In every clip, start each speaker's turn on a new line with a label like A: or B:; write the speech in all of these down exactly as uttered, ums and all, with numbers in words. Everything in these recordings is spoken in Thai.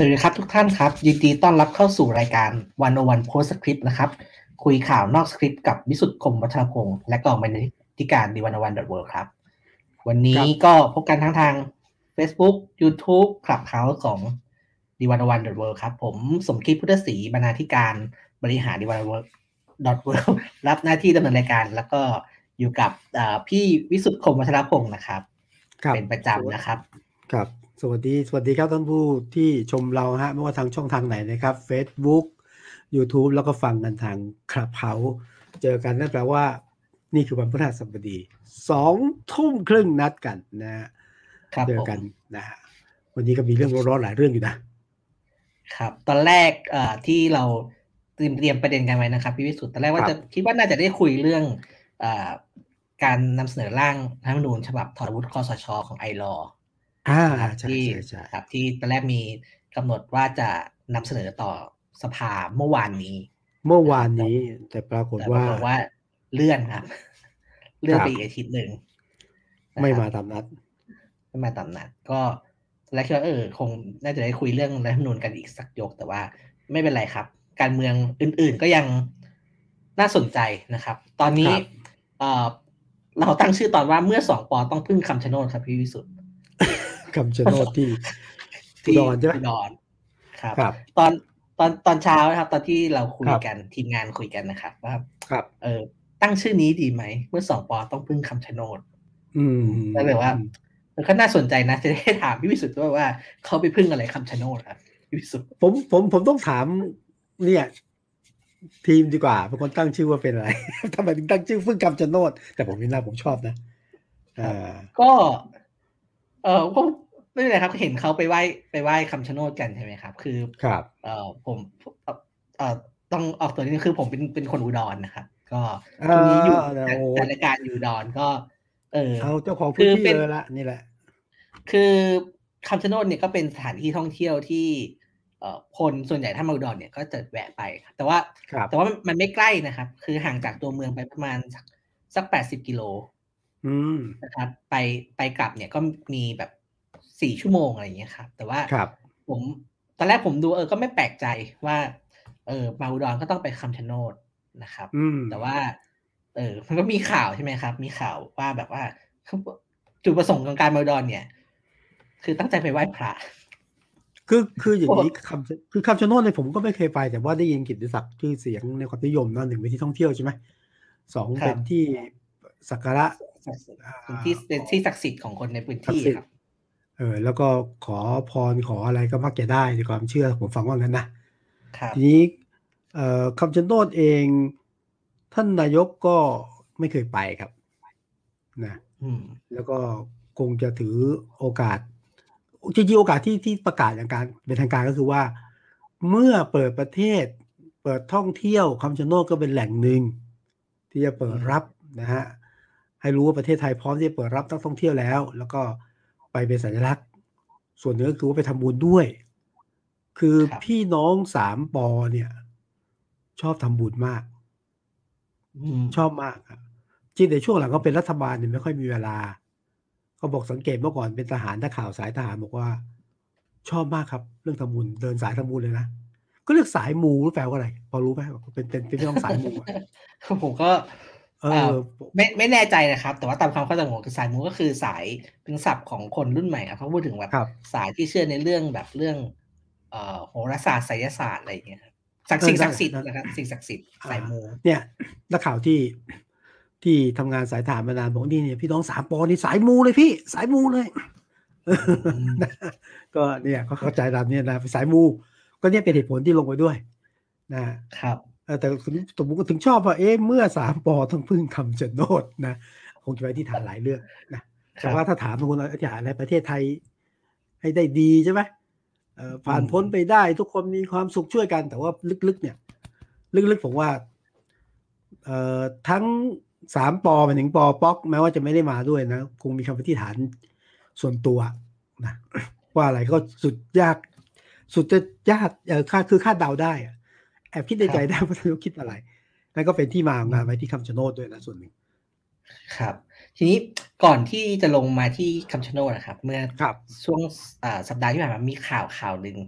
A: วัสดีครับทุกท่านครับยินดีต้อนรับเข้าสู่รายการหนึ่งศูนย์หนึ่ง Post Script นะครับคุยข่าวนอกสคริปต์กับวิสุทธิ์คมวัฒนพงศ์และกองบรรณาธิการ ดี หนึ่งศูนย์หนึ่ง ดอท เวิลด์ ครับวันนี้ก็พบกันทั้งทาง Facebook YouTube Clubhouse ของ ดี หนึ่งศูนย์หนึ่ง ดอท เวิลด์ ครับผมสมคิดพุทธศรีบรรณาธิการบริหาร ดี หนึ่งศูนย์หนึ่ง ดอท เวิลด์ รับหน้าที่ดำเนินรายการแล้วก็อยู่กับพี่วิสุทธิ์คมวัฒนพงศ์นะครับเป็นประจำนะครับ
B: ครับสวัสดีสวัสดีครับท่านผู้ที่ชมเราฮะไม่ว่าทางช่องทางไหนนะครับ Facebook YouTube แล้วก็ฟังกันทาง Clubhouse เจอกันนั่นแปลว่านี่คือวันพฤหัสบดีสองทุ่มครึ่งนัดกันนะฮะเจอกันนะฮะวันนี้ก็มีเรื่องร้อนๆหลายเรื่องอยู่นะครับ
A: ตอนแรกเอ่อที่เราเตรียมเตรียมประเด็นกันไว้นะครับพี่วิสุทธิ์ตอนแรกว่าจะคิดว่าน่าจะได้คุยเรื่องเอ่อการนำเสนอร่างรัฐธรรมนูญฉบับถอดอาวุธคสช.ของไอลอว์
B: อ่า
A: ที่ครับที่ตอนแรกมีกำหนดว่าจะนำเสนอต่อสภาเมื่อวานนี้
B: เมื่อวานนี้แต่ปรากฏว่า
A: ว่าเลื่อนครับเลื่อนไปอีกอาทิตย์หนึ่ง
B: ไม่มาตามนัด
A: ไม่มาตามนัดก็แล้วคิดว่าเออคงน่าจะได้คุยเรื่องรัฐธรรมนูญกันอีกสักยกแต่ว่าไม่เป็นไรครับการเมืองอื่นๆก็ยังน่าสนใจนะครับตอนนี้เอ่อเราตั้งชื่อตอนว่าเมื่อสองป.ต้องพึ่งคำชะโนดครับพี่วิสุทธิ์
B: คำชะโนดที่ที่ดอนใช่ไหม
A: ดอนครับตอนตอนตอนเช้านะครับตอนที่เราคุยกันทีมงานคุยกันนะครับว่าเออตั้งชื่อนี้ดีไหมเมื่อสองป.ต้องพึ่งคำชะโนด
B: อืม
A: ก็เลยว่ามันก็น่าสนใจนะจะได้ถามพี่วิสุทธิ์ด้วยว่าเขาไปพึ่งอะไรคำชะโนดครับพี่วิสุทธิ์
B: ผมผมผมต้องถามเนี่ยทีมดีกว่าเป็นคนตั้งชื่อว่าเป็นอะไรทำไมถึงตั้งชื่อพึ่งคำชะโนดแต่ผมนี่น่าผมชอบนะ
A: อ่าก็เออก็ไม่เป็นไรครับเห็นเขาไปไหว้ไปไหว้คำชะโนดกันใช่ไหมครับคือ
B: ครับ
A: เออผมเออต้องออกตัวนี้คือผมเป็นเป็นคนอุดรนะครับก็ช่วงนี้อยู่จัดรายการอยู่อุดรก็เออ
B: เอาเจ้าของพื้นที่เลยละนี่แหละ
A: คือคำชะโนดเนี่ยก็เป็นสถานที่ท่องเที่ยวที่เอ่อคนส่วนใหญ่ถ้ามาอุดรเนี่ยก็จะแวะไปแต่ว่าแต่ว่ามันไม่ใกล้นะครับคือห่างจากตัวเมืองไปประมาณสักสักแปดสิบกิโลนะครับไปไปกลับเนี่ยก็มีแบบสี่ชั่วโมงอะไรอย่างเงี้ยครับแต่ว่าผมตอนแรกผมดูเออก็ไม่แปลกใจว่าเออมาอุดรก็ต้องไปคำชะโนดนะครับแต่ว่าเออมันก็มีข่าวใช่ไหมครับมีข่าวว่าแบบว่าจุดประสงค์ของการมาอุดรเนี่ยคือตั้งใจไปไหว้พระ
B: คือคืออย่างนี้คำคือคำชะโนดเนี่ยผมก็ไม่เคยไปแต่ว่าได้ยินกิตติศัพท์ชื่อเสียงในความนิยมนะหนึ่งเป็นที่ท่องเที่ยวใช่ไหมสองเป็นที่สักการะ
A: เป็นที่เป็นที่ศักดิ์สิทธิ์ของคนในพื้นที่ครับ
B: เออแล้วก็ขอพรขออะไรก็มักจะได้ในความเชื่อผมฟังว่างั้นนะทีนี้เอ่อคำชะโนดเองท่านนายกก็ไม่เคยไปครับนะแล้วก็คงจะถือโอกาสจริงๆโอกาสที่ที่ประกาศอย่างการเป็นทางการก็คือว่าเมื่อเปิดประเทศเปิดท่องเที่ยวคำชะโนดก็เป็นแหล่งหนึ่งที่จะเปิดรับนะฮะให้รู้ว่าประเทศไทยพร้อมที่จะเปิดรับนักท่องเที่ยวแล้วแล้วก็ไปเป็นสัญลักษณ์ส่วนหนึ่งก็คือว่าไปทำบุญด้วยคือพี่น้องสามปอเนี่ยชอบทำบุญมากชอบมากครับจริงแต่ช่วงหลังก็เป็นรัฐบาลเนี่ยไม่ค่อยมีเวลาเขาบอกสังเกตเมื่อก่อนเป็นทหารถ้าข่าวสายทหารบอกว่าชอบมากครับเรื่องทำบุญเดินสายทำบุญเลยนะก็เรียกสายมูหรือแปลว่าอะไรพอรู้ไหมเป็นเป็นเป็นพี่น้องสายมู
A: ผมก็เออไม่ไม่แน่ใจนะครับแต่ว่าตามความเข้าใจของคือสายมูก็คือสายเป็นศัพท์ของคนรุ่นใหม่ครับเขาพูดถึงแบบสายที่เชื่อในเรื่องแบบเรื่องเอ่อโหราศาสตร์ไสยศาสตร์อะไรอย่างเงี้ยศักดิ์สิ่งศักดิ์สิทธิ์นะครับสิ่งศักดิ์สิทธิ์สายมู
B: เนี่ยนักข่าวที่ที่ทำงานสายทหารมานานบอกนี่เนี่ยพี่น้องสามปอนี่สายมูเลยพี่สายมูเลยก็เนี่ยเขาเข้าใจตามนี้นะสายมูก็เนี่ยเป็นเหตุผลที่ลงไปด้วยนะครับแต่สมมติก็ถึงชอบว่าเอ๊ะเมื่อสามปอต้องพึ่งคำชะโนดนะคงจะไปที่ฐานหลายเรื่องนะแต่ว่าถ้าถามคนอธิษฐานในประเทศไทยให้ได้ดีใช่ไหมผ่านพ้นไปได้ทุกคนมีความสุขช่วยกันแต่ว่าลึกๆเนี่ยลึกๆผมว่าเอ่อทั้งสามปอไปถึงปอป๊อกแม้ว่าจะไม่ได้มาด้วยนะคงมีคำอธิษฐานส่วนตัวนะว่าอะไรก็สุดยากสุดจะยากเออคาดคือคาดเดาได้แอบคิดในใจได้ว่าท่านคิดอะไรนั่นก็เป็นที่มาของงานไว้ที่คำชะโนดด้วยนะส่วนหนึ่ง
A: ครับทีนี้ก่อนที่จะลงมาที่คำชะโนดนะครับเมื่อช่วงสัปดาห์ที่ผ่านมามีข่าวข่าวหนึ่ง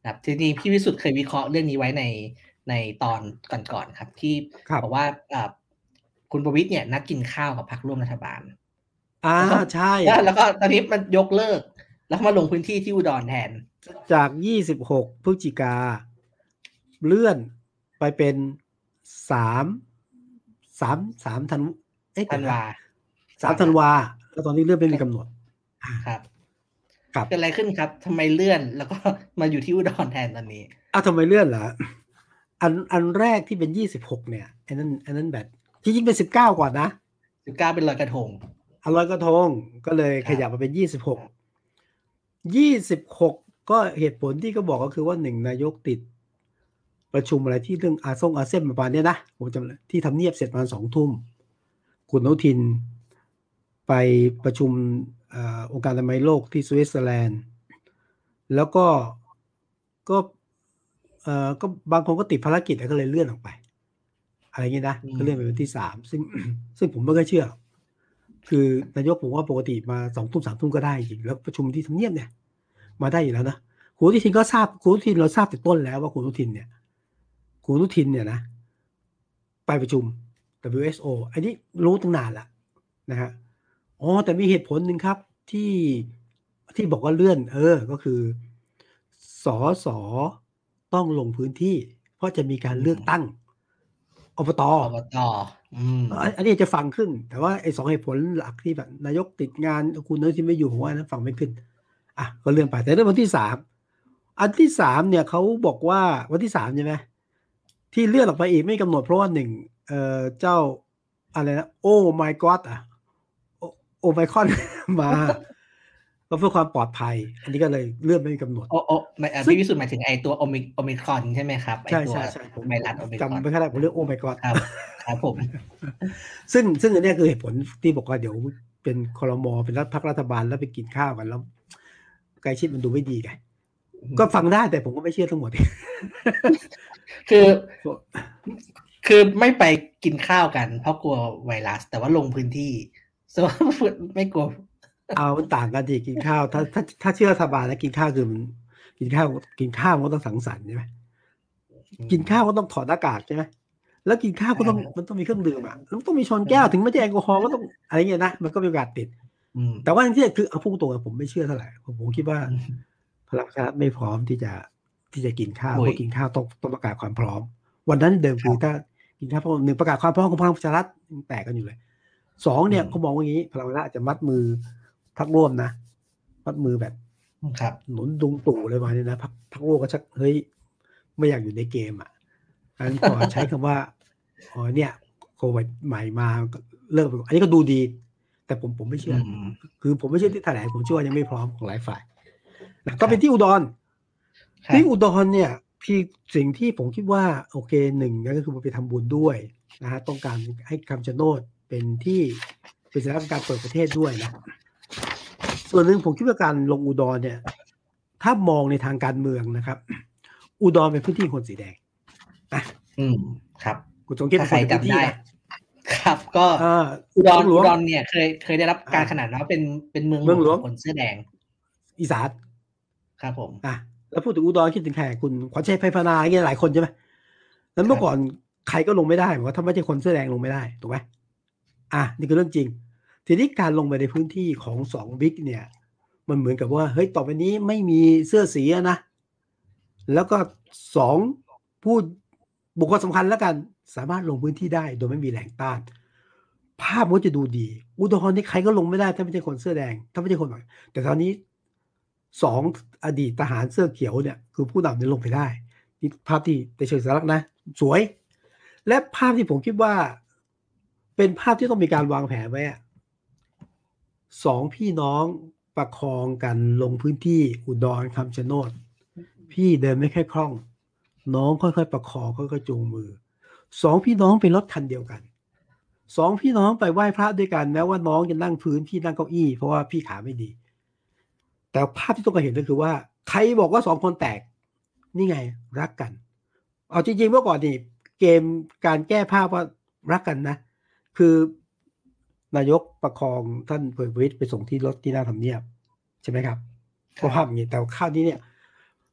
A: ครับทีนี้พี่วิสุทธ์เคยวิเคราะห์เรื่องนี้ไว้ในในตอนก่อนๆครับที่บอกว่าคุณประวิตรเนี่ยนัดกินข้าวกับพรรคร่วมรัฐบาล
B: อ่าใช่
A: แล้วก็ตอนนี้มันยกเลิกแล้วมาลงพื้นที่ที่อุดรแทน
B: จากยี่สิบหกพฤศจิกาเลื่อนไปเป็นสามสามสามธันเอ๊ะ
A: ธันวา
B: สามธันวาแล้วตอนนี้เลื่อนไม่มีกำหนด
A: ครับครับเกิดอะไรขึ้นครับทำไมเลื่อนแล้วก็มาอยู่ที่อุดรแทนตอนนี้
B: อ้าวทำไมเลื่อนล่ะอันอันแรกที่เป็นยี่สิบหกเนี่ยอันนั้นอันนั้นแบบจริงๆเป็นสิบเก้าก่อนนะ
A: สิบเก้าเป็นลอยกระทง
B: อันลอยกระทงก็เลยขยับมาเป็นยี่สิบหกยี่สิบหกก็เหตุผลที่เขาบอกก็คือว่าหนึ่งนายกติดประชุมอะไรที่เรื่องอาซงอาเซียนประมาณนี้นะผมจำที่ทำเนียบเสร็จประมาณสองทุ่มคุณอนุทินไปประชุมองค์การอนามัยโลกที่สวิตเซอร์แลนด์แล้วก็ก็เอ่อก็บางคนก็ติดภารกิจแล้วก็เลยเลื่อนออกไปอะไรอย่างนี้นะก็เลื่อนไปวันที่สามซึ่งซึ่งผมไม่ค่อยเชื่อคือนายกผมว่าปกติมาสองทุ่มสามทุ่มก็ได้จริงแล้วประชุมที่ทำเนียบเนี่ยมาได้อยู่แล้วนะคุณอนุทินก็ทราบคุณอนุทินเราทราบแต่ต้นแล้วว่าคุณอนุทินเนี่ยคุณอนุทินเนี่ยนะไปประชุม ดับเบิลยู เอช โอ อันนี้รู้ตั้งนานละนะฮะอ๋อแต่มีเหตุผลหนึ่งครับที่ที่บอกว่าเลื่อนเออก็คือสสต้องลงพื้นที่เพราะจะมีการเลือกตั้งอบต
A: อบตอืม
B: อันนี้จะฟังขึ้นแต่ว่าไอ้สองเหตุผลหลักที่แบบนายกติดงานคุณอนุทินไม่อยู่ผมว่านั้นฟังไม่ขึ้นอ่ะก็เลื่อนไปแต่เรื่องวันที่สามอันที่สามเนี่ยเขาบอกว่าวันที่สามใช่ไหมที่เลื่อนออกไปอีกไม่กำหนดเพราะว่าหนึ่งเอ่อเจ้าอะไรนะโอ้ my god อ่ะโอไมครอนมาก็เพื่อความปลอดภัยอันนี้ก็เลยเลื่อนไม่มีกำหนด
A: โอ้โอ้พี่วิสุทธ์หมายถึงไอ้ตัวโอมิโอมิครอนใช่ไหมครับไอ้ตัวไวรัสโอมิครอน
B: จำไม่ค่อยได้ผมเรียกโอไมครอน
A: ครับครับผม
B: ซึ่งซึ่งอันนี้คือเหตุผลที่บอกว่าเดี๋ยวเป็นครม.เป็นรัฐพรรครัฐบาลแล้วไปกินข้าวกันแล้วใกล้ชิดมันดูไม่ดีไงก็ฟังได้แต่ผมก็ไม่เชื่อทั้งหมด
A: คือคือไม่ไปกินข้าวกันเพราะกลัวไวรัสแต่ว่าลงพื้นที่ส่วนไม่กลัว
B: เอามันต่างกันที่กินข้าวถ้าถ้าถ้าเชื่อรัฐบาลแล้วกินข้าวคือมันกินข้าวกินข้าวมันต้องสังสรรค์ใช่ไหมกินข้าวก็ต้องถอดหน้ากากใช่ไหมแล้วกินข้าวก็ต้องมันต้องมีเครื่องดื่มอ่ะแล้วต้องมีช้อนแก้วถึงไม่ใช่แอลกอฮอล์ก็ต้องอะไรเงี้ยนะมันก็มีโอกาสติดแต่ว่าที่คือเอาพูดตรงๆผมไม่เชื่อเท่าไหร่ผมคิดว่าพลังประชารัฐไม่พร้อมที่จะที่จะกินข้าวเพราะกินข้าวต้องต้องประกาศความพร้อมวันนั้นเดิมคือถ้ากินข้าวเพราะหนึ่งประกาศความพร้อมของพลังประชารัฐแตกกันอยู่เลยสองเนี่ยเขามองว่าอย่างนี้พลังประชารัฐอาจจะมัดมือพรรคร่วมนะมัดมือแบบหนุนดุงตู่เลยมาเนี่ยนะพรรคพรรคร่วมก็ชักเฮ้ยไม่อยากอยู่ในเกมอ่ะอันพอใช้คำว่าอ๋อเนี่ยโควิดใหม่มาเลิกอันนี้ก็ดูดีแต่ผมผมไม่เชื่อคือผมไม่เชื่อที่แถลงผมเชื่อว่ายังไม่พร้อมของหลายฝ่ายก็เป็นที่อุดรที่อุดรเนี่ยพี่สิ่งที่ผมคิดว่าโอเคหนึ่งก็คือไปทำบุญด้วยนะฮะต้องการให้คำชะโนดเป็นที่เป็นสัญลักษณ์การเปิดประเทศด้วยนะส่วนหนึ่งผมคิดว่าการลงอุดรเนี่ยถ้ามองในทางการเมืองนะครับอุดรเป็นพื้นที่คนสีแดง
A: นะอืมครับ
B: คุณสงเกตใครจำได้
A: ครับก็อุดรอุดรเนี่ยเคยเคยได้รับการขนานว่าเป็นเป็นเมืองหลวงของคนเสื้อแดง
B: อีสาน
A: ครับผม
B: อ่ะแล้วพูดถึงอุดรคิดถึงใครคุณขวัญชัยไพพนาอย่างเงี้ยหลายคนใช่ไหมนั้นเมื่อก่อนใครก็ลงไม่ได้เหมือนว่าถ้าไม่ใช่คนเสื้อแดงลงไม่ได้ถูกไหมอ่ะนี่คือเรื่องจริงทีนี้การลงไปในพื้นที่ของสองบิ๊กเนี่ยมันเหมือนกับว่าเฮ้ยต่อไปนี้ไม่มีเสื้อสีนะแล้วก็สองพูดบุคคลสำคัญแล้วกันสามารถลงพื้นที่ได้โดยไม่มีแรงต้านภาพมันจะดูดีอุดรนี่ใครก็ลงไม่ได้ถ้าไม่ใช่คนเสื้อแดงถ้าไม่ใช่คนหน่อยแต่ตอนนี้สองอดีตทหารเสื้อเขียวเนี่ยคือผู้นำเนี่ยลงไปได้นี่ภาพที่ในเชิงสัญลักษณ์นะสวยและภาพที่ผมคิดว่าเป็นภาพที่ต้องมีการวางแผนไว้สองพี่น้องประคองกันลงพื้นที่อุดรคำชะโนดพี่เดินไม่ค่อยคล่องน้องค่อยๆประคองค่อยๆจูงมือสองพี่น้องเป็นรถคันเดียวกันสองพี่น้องไปไหว้พระด้วยกันแม้ว่าน้องจะนั่งพื้นพี่นั่งเก้าอี้เพราะว่าพี่ขาไม่ดีแต่ภาพที่ต้องการเห็นก็คือว่าใครบอกว่าสองคนแตกนี่ไงรักกันเอาจริงๆเมื่อก่อนนี่เกมการแก้ภาพว่ารักกันนะคือนายกประคองท่านพลเอกประวิตรไปส่งที่รถที่หน้าทำเนียบใช่ไหมครับก็ภาพอย่างนี้แต่ข้าวนี้เนี่ย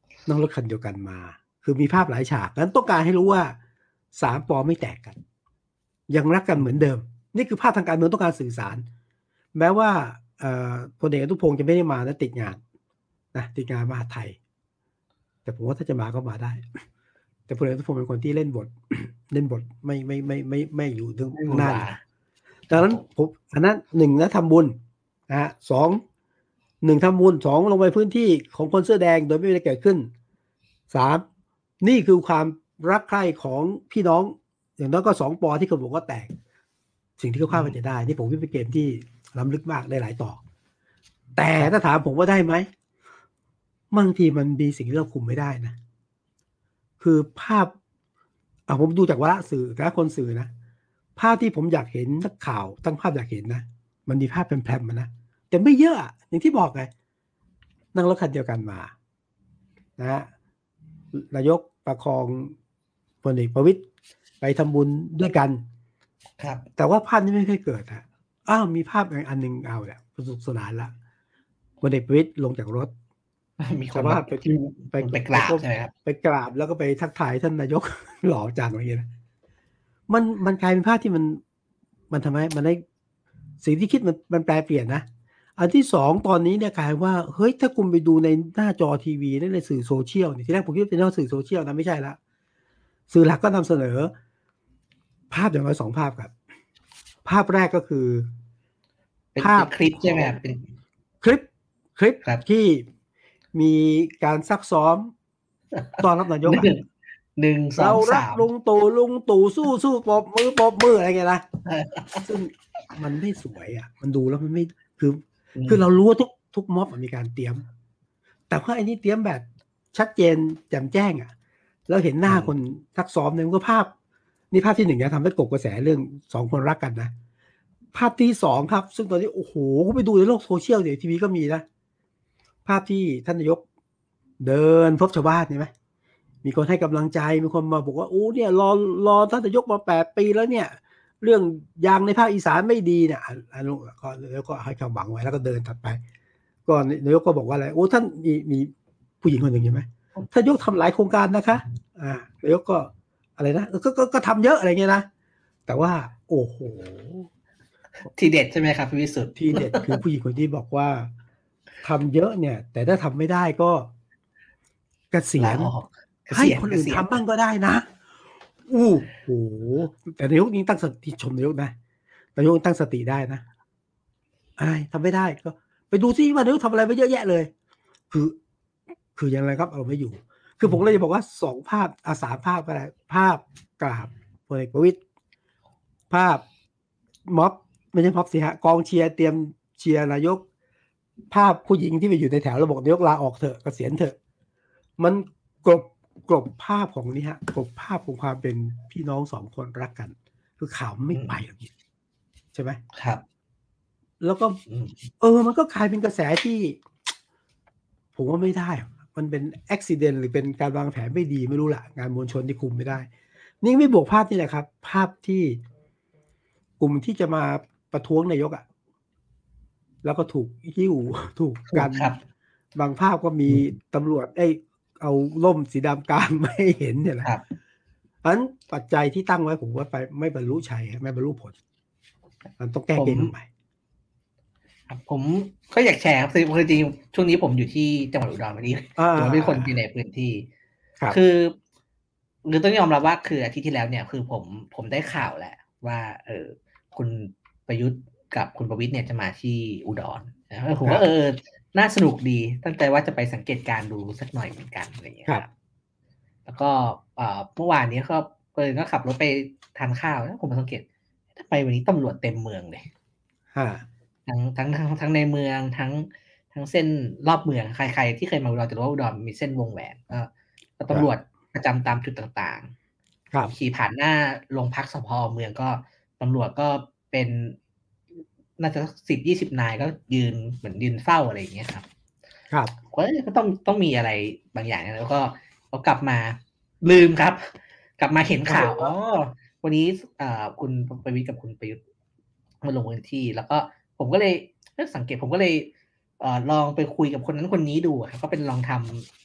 B: นั่งรถคันเดียวกันมาคือมีภาพหลายฉากนั้นต้องการให้รู้ว่าสามปอไม่แตกกันยังรักกันเหมือนเดิมนี่คือภาพทางการเมืองต้องการสื่อสารแม้ว่าพลเอกอนุพงษ์จะไม่ได้มานะติดงานนะติดงานมหาไทยแต่ผมว่าถ้าจะมาก็มาได้แต่พลเอกอนุพงษ์เป็นคนที่เล่นบทเล่นบทไม่ไม่ไม่ไม่ไม่อยู่ตรงหน้าดังนั้นผมอันนั้นหนึ่งนะทำบุญนะฮะสองหนึ่งทำบุญสองลงไปพื้นที่ของคนเสื้อแดงโดยไม่มีอะไรเกิดขึ้นสามนี่คือความรักใคร่ของพี่น้องอย่างน้อยก็สองปอที่เขาบอกว่าแตกสิ่งที่เขาคาดว่าจะได้นี่ผมว่าเป็นเกมที่ล้ำลึกมากได้หลายต่อแต่ถ้าถามผมว่าได้ไหมบางทีมันมีสิ่งที่เราคุมไม่ได้นะคือภาพอ่ะผมดูจากวาระสื่อและคนสื่อนะภาพที่ผมอยากเห็นนักข่าวตั้งภาพอยากเห็นนะมันมีภาพแพร่ๆมานะแต่ไม่เยอะอย่างที่บอกไงนั่งรถคันเดียวกันมานะฮะนายกประคองพลเอกประวิตรไปทำบุญด้วยกัน
A: ครับ
B: แต่ว่าภาพนี้ไม่เคยเกิดอ่ะอ้าวมีภาพอันหนึ่งเอาแหละสนุกสนานละพลเอกประวิตรลงจากรถ
A: มีคนว่าไปไปไปกราบใช่ไหมครับ
B: ไปกราบแล้วก็ไปทักทายท่านนายกหล่อจังอะไรอย่างเงี้ยมันมันกลายเป็นภาพที่มันมันทำให้มันได้สิ่งที่คิดมันมันแปลเปลี่ยนนะอันที่สองตอนนี้เนี่ยกลายว่าเฮ้ยถ้าคุณไปดูในหน้าจอทีวีในสื่อโซเชียลเนี่ยที่แรกผมคิดว่าเป็นเรื่องสื่อโซเชียลนะไม่ใช่ละสื่อหลักก็นำเสนอภาพอย่างน้อยสองภาพครับภาพแรกก็คือ
A: ภาพคลิปใช่ไหมครับเป็น
B: คลิปคลิปที่มีการซักซ้อมตอนรับนายก
A: หนึ่งสองสาม
B: ลุงตู่ลุงตู่สู้สู้ปอบมือปอบมืออะไรเงี้ยนะซึ่งมันไม่สวยอ่ะมันดูแล้วมันไม่คือคือเรารู้ว่าทุกทุกม็อบมันมีการเตรียมแต่ว่าไอ้นี่เตรียมแบบชัดเจนแจ่มแจ้งอ่ะแล้วเห็นหน้าคนซักซ้อมเนี่ยมันก็ภาพนี่ภาพที่หนึ่งนะทำให้กบกระแสเรื่องสองคนรักกันนะภาพที่สองครับซึ่งตอนนี้โอ้โหก็ไปดูในโลกโซเชียลเดี๋ยวทีวีก็มีนะภาพที่ท่านนายกเดินพบชาวบ้านใช่ไหมมีคนให้กำลังใจมีคนมาบอกว่าโอ้เนี่ยรอรอท่านนายกมาแปดปีแล้วเนี่ยเรื่องยางในภาคอีสานไม่ดีเนี่ยอันนู้นก็แล้วก็ให้ความหวังไว้แล้วก็เดินถัดไปก่อนนายกก็บอกว่าอะไรโอ้ท่านมีมีผู้หญิงคนหนึ่งใช่ไหมท่านนายกทำหลายโครงการนะคะอ่านายกก็อะไรนะก็ก็ก็ทำเยอะอะไรเงี้ยนะแต่ว่าโอ้โห
A: ทีเด็ดใช่ไหมครับพี่วิสุทธิ์
B: ทีเด็ดคือผู้หญิงคนที่บอกว่าทำเยอะเนี่ยแต่ถ้าทำไม่ได้ก็เกษียณให้คนอื่นทำบ้างก็ได้นะอู้โหแต่นายกนี่ตั้งสติชมนายกนะนายกตั้งสติได้นะไอ้ทำไม่ได้ก็ไปดูซิว่านายกทำอะไรไปเยอะแยะเลยคือคือยังไงครับเอาไม่อยู่คือผมเลยจะบอกว่าสองภาพอาสาภาพอะไรภาพกราบพลเอกประวิตรภาพม็อบไม่ใช่ม็อบสิฮะกองเชียร์เตรียมเชียร์นายกภาพผู้หญิงที่ไปอยู่ในแถวแล้วบอกนายกลาออกเถอะเกษียณเถอะมันกลบกลบภาพของนี่ฮะกลบภาพของความเป็นพี่น้องสองคนรักกันคือข่าวไม่ไปหรอกใช่ไหม
A: ครับ
B: แล้วก็เออมันก็กลายเป็นกระแสที่ผมว่าไม่ได้มันเป็นอุบัติเหตุหรือเป็นการวางแผนไม่ดีไม่รู้ละงานมวลชนที่คุมไม่ได้นี่ไม่บวกภาพนี่แหละครับภาพที่กลุ่มที่จะมาประท้วงนายกอ่ะแล้วก็ถูกหิ้วถูกกันบางภาพก็มีตำรวจไอ้เอาล่มสีดำกลางไม่ให้เห็นเนี่ยแหละเพราะฉะนั้นปัจจัยที่ตั้งไว้ผมว่าไปไม่บรรลุชัยไม่บรรลุผลมันต้องแก้เกมใหม่
A: ผมก็อยากแชร์ครับคือจริงช่วงนี้ผมอยู่ที่จังหวัดอุดรธานีผมเป็นคนที่ในพื้นที่คือหรือต้องยอมรับว่าคืออาทิตย์ที่แล้วเนี่ยคือผมผมได้ข่าวแหละว่าเออคุณประยุทธ์กับคุณประวิตรเนี่ยจะมาที่อุดรนะผมว่าเออน่าสนุกดีตั้งใจว่าจะไปสังเกตการดูสักหน่อยเหมือนกันอะไรอย่างเงี้ยครับแล้วก็เมื่อวานนี้ก็เปิดก็ขับรถไปทานข้าวแล้วผมมาสังเกตทำไมวันนี้ตำรวจเต็มเมืองเลยทั้งทั้งทั้งทั้งในเมืองทั้งทั้งเส้นรอบเมืองใครๆที่เคยมาอุดรจะรู้ว่าอุดรมีเส้นวงแหวนก็ตำรวจประจำตามจุดต่างๆขี่ผ่านหน้าโรงพักสภ.เมืองก็ตำรวจก็เป็นน่าจะสิบยี่สิบนายก็ยืนเหมือนยืนเฝ้าอะไรอย่างเงี้ยครับ
B: ครับ
A: ก็ต้องต้องมีอะไรบางอย่างแล้วก็พอกลับมาลืมครับกลับมาเห็นข่าวอ๋อวันนี้อ่าคุณประวิตรกับคุณประยุทธ์มาลงพื้นที่แล้วก็ผมก็เลยสังเกตผมก็เลยเอ่อลองไปคุยกับคนนั้นคนนี้ดูครับก็เป็นลองท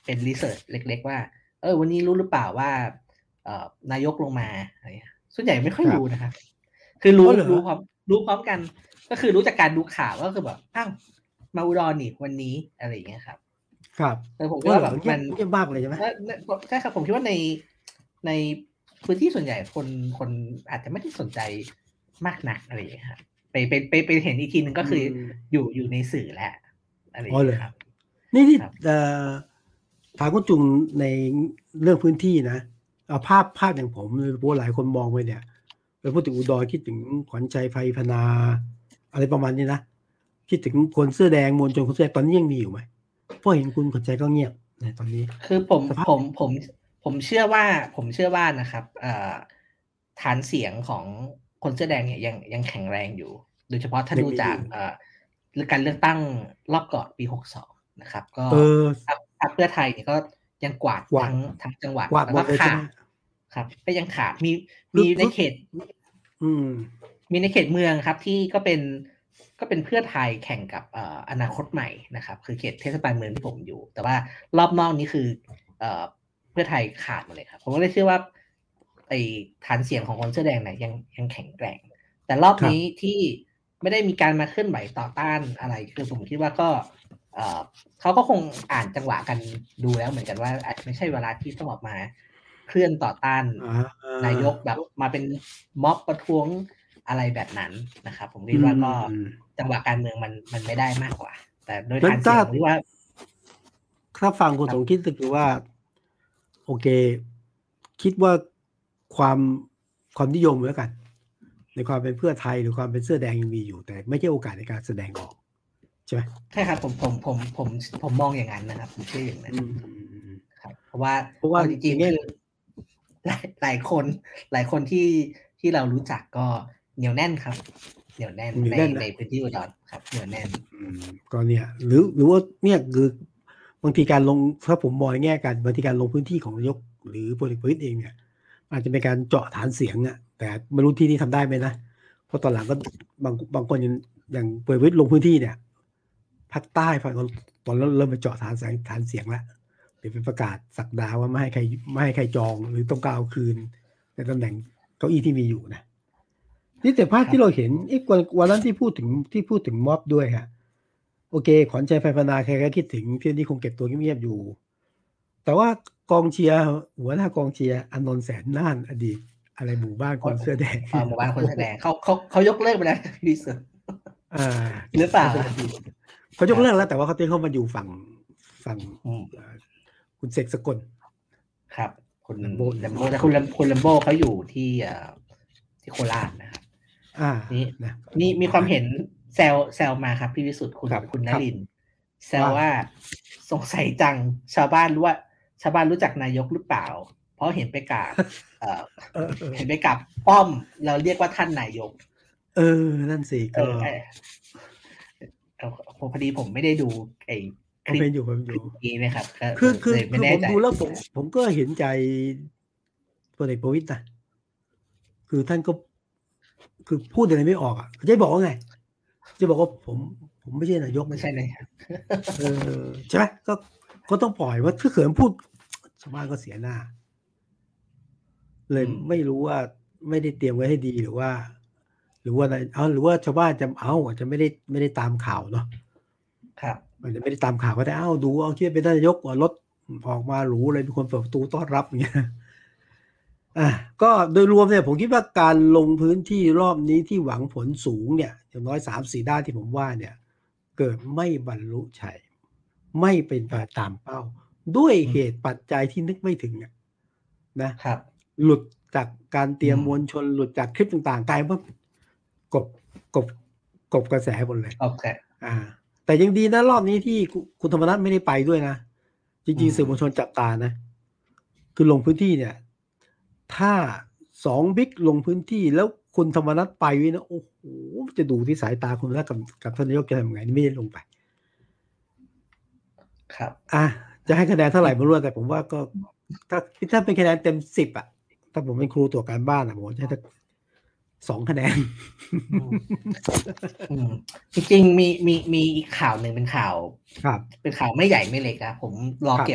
A: เป็นรีเสิร์ชเล็กๆว่าเออวันนี้รู้หรือเปล่าว่าเอ่อนายกลงมาอะไรส่วนใหญ่ไม่ค่อยรู้นะครับคือรู้รู้พร้อมรู้พร้อมกันก็คือรู้จากการดูข่าวก็คือแบบอ้าวมาอุดรนี่วันนี้อะไรอย่างเงี้ยครับ
B: ครับ
A: แต่ผมคิดว่าแบบมัน
B: เยี่ยมมากเลยใช่ไหม
A: ใช่ครับผมคิดว่าในในพื้นที่ส่วนใหญ่คนคนอาจจะไม่ได้สนใจมากนักอะไรอย่างเงี้ยครับไปไปไปไปเห็นอีกทีนึงก็คืออยู่อยู่ในสื่อแล้วอะไรอย่างเงี้ยครับ
B: นี่ที่ถามคุณจุงในเรื่องพื้นที่นะเอาภาพภาพอย่างผมหรือว่าหลายคนมองไปเนี่ยไปพูดถึงอุดรคิดถึงขวัญใจไฟพนาอะไรประมาณนี้นะคิดถึงคนเสื้อแดงมวลชนคนเสื้อแดงตอนนี้ยังมีอยู่ไหมเพราะเห็นคุณขวัญใจก็เงียบในตอนนี้
A: คือผมผมผมผมเชื่อว่าผมเชื่อว่านะครับฐานเสียงของคนเสื้อแดงเนี่ยยังยังแข็งแรงอยู่โดยเฉพาะถ้าดูจากการเลือกตั้งรอบก่อนปีหกสิบสองนะครับก็พรรคเพื่อไทยเนี่ยก็ยังกวาดทั้งทั้งจังหวัดแล้วก็ขาดครับก็ยังขาดมีมีในเขตมีในเขตเมืองครับที่ก็เป็นก็เป็นเพื่อไทยแข่งกับอนาคตใหม่นะครับคือเขตเทศบาลเมืองที่ผมอยู่แต่ว่ารอบนอกนี้คือเพื่อไทยขาดหมดเลยครับผมก็เลยเชื่อว่าไอ้ฐานเสียงของคนเสื้อแดงเนี่ยยังยังแข็งแกร่งแต่รอบนี้ที่ไม่ได้มีการมาเคลื่อนไหวต่อต้านอะไรคือผมคิดว่าก็เขาก็คงอ่านจังหวะกันดูแล้วเหมือนกันว่าอาจไม่ใช่เวลาที่ต้องออกมาเคลื่อนต่อต้านนายกแบบมาเป็นม็อบประท้วงอะไรแบบนั้นนะครับผมคิดว่าก็จังหวะการเมืองมันมันไม่ได้มากกว่าแต่โดยฐานเสียงที่ว่า
B: ถ้าฟังคุณสมคิดคือว่าโอเคคิดว่าความความนิยมแล้วกันในความเป็นเพื่อไทยหรือความเป็นเสื้อแดงยังมีอยู่แต่ไม่ใช่โอกาสในการแสดงออกใช่ไหม
A: ใช่ครับผมผมผมผมผมมองอย่างนั้นนะครับผมเชื่ออย่างนั้นครับเพราะว่าเพราะว่าจริงๆคือหลายหลายคนหลายคนที่ที่เรารู้จักก็เหนียวแน่นครับเหนียวแน่นในในพื้นที่อุดรครับเหนียวแน่น
B: ก็เนี่ยหรือหรือว่าเนี่ยคือบางทีการลงถ้าผมมองในแง่การบางทีการลงพื้นที่ของนายกหรือพลเอกประวิตรเองเนี่ยอาจจะเป็นการเจาะฐานเสียงอ่ะแต่ไม่รู้ที่นี่ทำได้ไหมนะเพราะตอนหลังก็บางบางคนอย่างพลเอกประวิตรลงพื้นที่เนี่ยภาคใต้ฝั่งตอนเริ่มไปเจาะฐานเสียงฐานเสียงแล้วหรือเป็นประกาศสักดาว่าไม่ให้ใครไม่ให้ใครจองหรือต้องการเอาคืนในตำแหน่งเก้าอี้ที่มีอยู่นะนี่แต่ภาพที่เราเห็นไอ้วันนั้นที่พูดถึงที่พูดถึงม็อบด้วยฮะโอเคขวัญใจไฟพนาใครก็คิดถึงที่นี่คงเก็บตัวเงียบๆอยู่แต่ว่ากองเชียร์หัวหน้ากองเชียร์อนนท์แสนน่านอดีตอะไรหมู่บ้านคนเสื้อแดง
A: หมู่บ้านคนเสื้อแดงเขาเขาเขายกเลิกไปแล้วพี่เสือ
B: อ่า
A: หรือเปล่า
B: เขายกเลิกแล้วแต่ว่าเขาเต้เข้ามาอยู่ฝั่งฝั่งคุณเสกสกล
A: ครับคุณลัมโบลัมโบแต่คุณลัมคุณลัมโบเขาอยู่ที่ที่โคราชนะครับ
B: อ่า
A: นี่นี่มีความเห็นแซวแซวมาครับพี่วิสุทธิ์คุณคุณนฤมย์แซวว่าสงสัยจังชาวบ้านรู้ว่าชาวบ้านรู้จักนายกหรือเปล่าเพราะเห็นไปกราบเอ่อเห็นไปกราบป้อมเราเรียกว่าท่านนายก
B: เออนั่นสิก็
A: ผมพอดีผมไม่ได้ดูไอ้
B: คลิปอยู่ผมอยู่
A: นี้นะครับ
B: คือคือคือผมดูแล้วผมผมก็เห็นใจพลเอกประวิตรนะคือท่านก็คือพูดอะไรไม่ออกอ่ะจะบอกว่าไงจะบอกว่าผมผมไม่ใช่นายก
A: ไม่ใช่เลย
B: เออใช่ไหมก็ก็ต้องปล่อยว่าถ้าเขินพูดชาวบ้านก็เสียหน้าเลยไม่รู้ว่าไม่ได้เตรียมไว้ให้ดีหรือว่าหรือว่าอะไรเอาหรือว่าชาวบ้านจะเอาอาจจะไม่ได้ไม่ได้ตามข่าวเนาะ
A: ครับ
B: อาจจะไม่ได้ตามข่าวก็ได้เอ้าดูเอาคิดเป็นนายกว่ารถออกมาหรูเลยมีคนเปิดประตูต้อนรับอย่างเงี้ยอ่ะก็โดยรวมเนี่ยผมคิดว่าการลงพื้นที่รอบนี้ที่หวังผลสูงเนี่ยอย่างน้อย สามสี่ ด้านที่ผมว่าเนี่ยเกิดไม่บรรลุชัยไม่เป็นไปตามเป้าด้วยเหตุปัจจัยที่นึกไม่ถึงนะครับหลุดจากการเตรียมมวลชนหลุดจากคลิปต่างๆกลายว่ากบกบกบกระแสหมดเลย
A: โอเค
B: อ่าแต่ยังดีนะรอบนี้ที่คุณธรรมนัสไม่ได้ไปด้วยนะจริงๆสื่อมวลชนจับตานะคือลงพื้นที่เนี่ยถ้าสองบิ๊กลงพื้นที่แล้วคุณธรรมนัสไปวินะโอ้โหจะดูที่สายตาคุณแล้วกับกับท่านนายกจะทำไงนี่ไม่ได้ลงไป
A: ครับ
B: อ่ะจะให้คะแนนเท่าไหร่ไม่รู้แต่ผมว่าก็ถ้าถ้าเป็นคะแนนเต็มสิบอ่ะถ้าผมเป็นครูตรวจการบ้านอ่ะผมจะให้สองคะแนน
A: จริงๆมีมีมีอีกข่าวหนึ่งเป็นข่าว
B: ครับ
A: เป็นข่าวไม่ใหญ่ไม่เล็กนะผมรอเก็บมา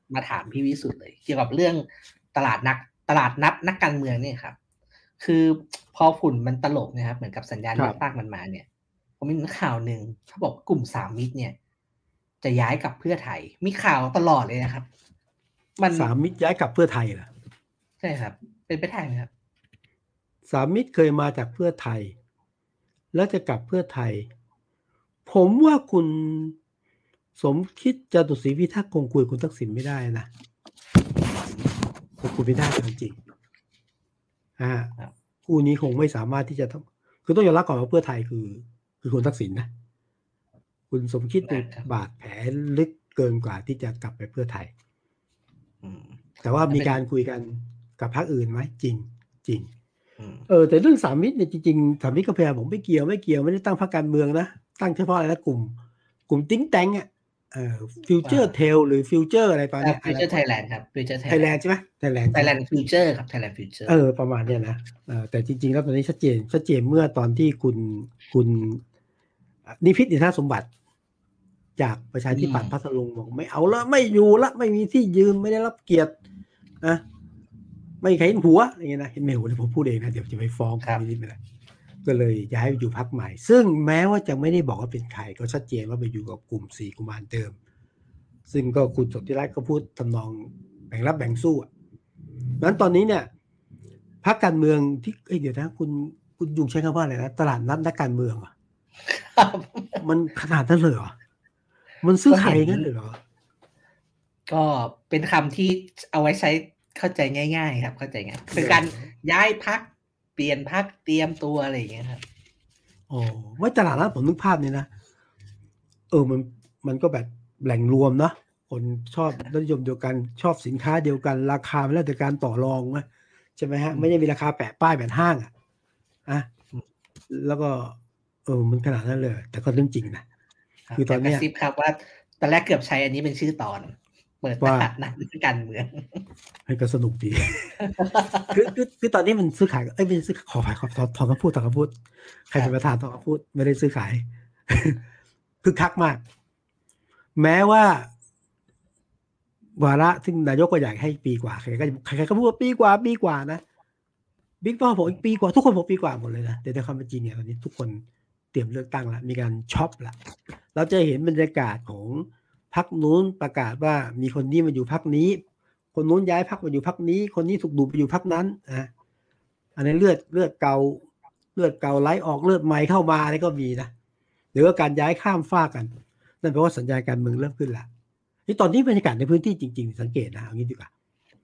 A: มาถามพี่วิสุทธ์เลยเกี่ยวกับเรื่องตลาดนักตลาดนัดนักการเมืองเนี่ยครับคือพอฝุ่นมันตลบนะครับเหมือนกับสัญญาณเลือกตั้งมันมาเนี่ยผมมีข่าวหนึ่งเขาบอกกลุ่มสามมิตรเนี่ยจะย้ายกลับเพื่อไทยมีข่าวตลอดเลยนะครับ
B: มันสามมิตรย้ายกลับเพื่อไทยเหรอ
A: ใช่ครับเป็นไปได้ไหมครับ
B: สามมิตรเคยมาจากเพื่อไทยแล้วจะกลับเพื่อไทยผมว่าคุณสมคิดจตุศรีพิทักษ์คงคุยคุณทักษิณไม่ได้นะคงคุยไม่ได้จริงๆอ่าคู่นี้คงไม่สามารถที่จะคือต้องยอมรับก่อนว่าเพื่อไทยคือคือคุณทักษิณนะคุณสมคิดมีบาดแผลลึกเกินกว่าที่จะกลับไปเพื่อไทยแต่ว่ามีการคุยกันกับพรรคอื่นไหมจริงจริงเออแต่เรื่องสามมิตรเนี่ยจริงๆสามมิตรกาแฟผมไม่เกี่ยวไม่เกี่ยวไม่ได้ตั้งพรรคการเมืองนะตั้งเฉพาะอะไรนะกลุ่มกลุ่มติ้งแตงอ่ะเอ่อฟิวเจอร์เทลหรือฟิวเจอร์อะไรตอนนี้
A: ฟิวเจอร์ไทยแลนด์ครับฟิวเจอร์ไท
B: ยแลนด์ใช่ไหมไทยแลนด์
A: ไทยแลนด์ฟิวเจอร์ครับไทยแลนด์ฟิวเจอร์
B: เออประมาณเนี้ยนะเออแต่จริงๆแล้วตอนนี้ชัดเจนชัดเจนเมื่อตอนที่คุณคุณนิพิษอินทรสมบัติจากประชาธิปัตย์พัทลุงบอกไม่เอาละไม่อยู่ละไม่มีที่ยืนไม่ได้รับเกียรตินะไม่เห็นหัวอะไรเงี้ยนะเห็นไม่หัวเลยผมพูดเองนะเดี๋ยวจะไปฟ้องคุณนิพิษไปเลยก็เลยย้ายไปอยู่พรรคใหม่ซึ่งแม้ว่าจะไม่ได้บอกว่าเป็นใครก็ชัดเจนว่าไปอยู่กับกลุ่มสี่กุมารเดิมซึ่งก็คุณสนธิรัตน์ก็พูดทำนองแบ่งรับแบ่งสู้อ่ะนั้นตอนนี้เนี่ยพรรคการเมืองที่เอ้ยเดี๋ยวนะคุณคุณยุงใช้คำว่าอะไรนะตลาดนัดนักการเมืองอ่ะมันขนาดนั้นเลยเหรอมันซื้อขายงั้นเลยเหรอ
A: ก็เป็นคำที่เอาไว้ใช้เข้าใจง่ายๆครับเข้าใจง่ายเป็นการย้ายพรรคเปลี่ยนพรรคเตรียมตัวอะไรอย่างเงี้ยครับ
B: โอ้ไม่ตลาดนัดผมนึกภาพนี่นะเออมันมันก็แบบแหล่งรวมเนาะคนชอบรสนิยมเดียวกันชอบสินค้าเดียวกันราคาไม่แล้วแต่การต่อรองนะใช่ไหมฮะไม่ได้มีราคาแปะป้ายแบบห้างอ่ะอ่ะแล้วก็เออมันขนาดนั้นเลยแต่ก็เรื่องจริงนะ
A: คือตอนนี้กระซิบครับว่าตอนแรกเกือบใช้อันนี้เป็นชื่อตอนเปิดตลาดนัดการเมือง
B: ให้ก็สนุกดีคือคือคือตอนนี้มันซื้อขายเอ้ยไม่ซื้อขอขายขอทอนคำพูดทอนคำพูดใครเป็นประธานทอนคำพูดไม่ได้ซื้อขายคือคักมากแม้ว่าวาระซึ่งนายกก็อยากให้ปีกว่าใครก็ใครๆก็พูดว่าปีกว่าปีกว่านะบิ๊กป้อมบอกอีกปีกว่าทุกคนบอกปีกว่าหมดเลยนะแต่ในความเป็นจริงเนี่ยตอนนี้ทุกคนเตรียมเลือกตั้งแล้วมีการช็อปละเราจะเห็นบรรยากาศของพรรคนู้นประกาศว่ามีคนนี้มาอยู่พรรคนี้คนนู้นย้ายพรรคมาอยู่พรรคนี้คนนี้ถูกดูดไปอยู่พรรคนั้นนะอันนี้เลือดเลือดเก่าเลือดเก่าไหลออกเลือดใหม่เข้ามาอะไรก็มีนะหรือว่าการย้ายข้ามฟากกันนั่นแปลว่าสัญญาณการเมืองเริ่มขึ้นละนี่ตอนนี้บรรยากาศในพื้นที่จริงๆสังเกตนะเอางี้ดีกว่า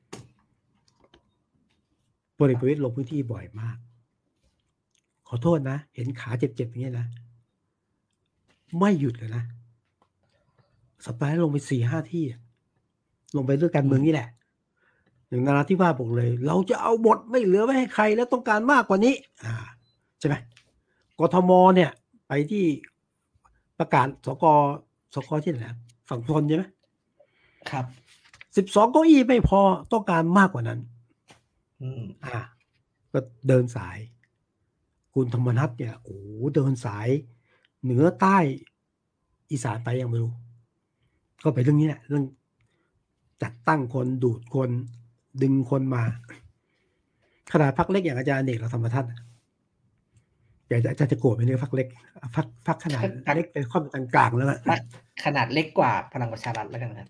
B: พลเอกประวิตรลงพื้นที่บ่อยมากขอโทษนะเห็นขาเจ็บๆอย่างนี้นะไม่หยุดเลยนะสัปดาห์ลงไปสี่ห้าที่ลงไปด้วยการเมืองนี่แหละอย่างนาราธิวาสบอกเลยเราจะเอาหมดไม่เหลือไว้ให้ใครแล้วต้องการมากกว่านี้อ่าใช่ไหมกทมเนี่ยไปที่ประกาศสกสกที่ไหนฝั่งทนใช่ไหม
A: ครับ
B: สิบสองเก้าอี้ไม่พอต้องการมากกว่านั้น
A: อืม
B: อ่าก็เดินสายคุณธรรมนัสเนี่ยโอ้เดินสายเหนือใต้อีสานไปยังไม่รู้ก็ไปเรื่องนี้แหละเรื่องจัดตั้งคนดูดคนดึงคนมาขนาดพรรคเล็กอย่างอาจารย์เอกเราธรรมทัศน์แต่อาจารย์จะโกรธไปเรื่องพรรคเล็กพรรคพรรคขนาดเล็กเป็นข้อมูลกลางๆแล้วนะ
A: ขนาดเล็กกว่าพลังประชารัฐแล้วกันครับ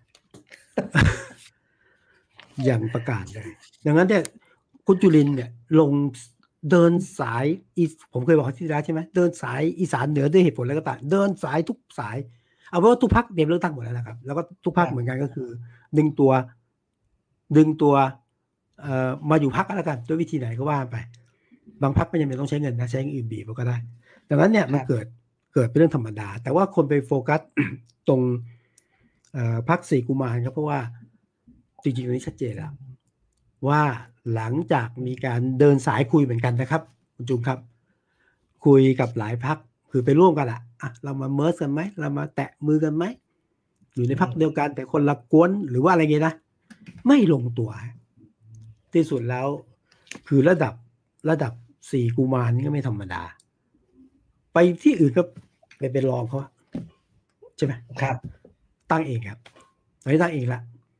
B: อย่างประกาศเลยดังนั้นเนี่ยคุณจุลินเนี่ยลงเดินสายอีผมเคยบอกที่แล้วใช่ไหมเดินสายอีสานเหนือด้วยเหตุผลแล้วก็ต่างเดินสายทุกสายเอาเป็นว่าทุกพรรคเตรียมเลือกตั้งหมดแล้วนะครับแล้วก็ทุกพรรคเหมือนกันก็คือดึงตัวดึงตัวเอ่อมาอยู่พรรคแล้วกันด้วยวิธีไหนก็ว่าไปบางพรรคไม่จำเป็นต้องใช้เงินนะใช้อื่นบีบก็ได้ดังนั้นเนี่ยมันเกิดเกิดเป็นเรื่องธรรมดาแต่ว่าคนไปโฟกัส ตรงพรรคสี่กุมารครับเพราะว่าจริงๆตรงนี้ชัดเจนแล้วว่าหลังจากมีการเดินสายคุยเหมือนกันนะครับคุณจุงครับคุยกับหลายพรรคคือไปร่วมกันอะอ่ะเรามาเมิร์จกันไหมเรามาแตะมือกันไหมอยู่ในพรรคเดียวกันแต่คนละกวนหรือว่าอะไรเงี้ยนะไม่ลงตัวที่สุดแล้วคือระดับระดับสี่กุมารนี่ก็ไม่ธรรมดาไปที่อื่นก็ไปเป็นรองเขาใช่ไหม
A: ครับ
B: ตั้งเองครับไม่ตั้งเองละ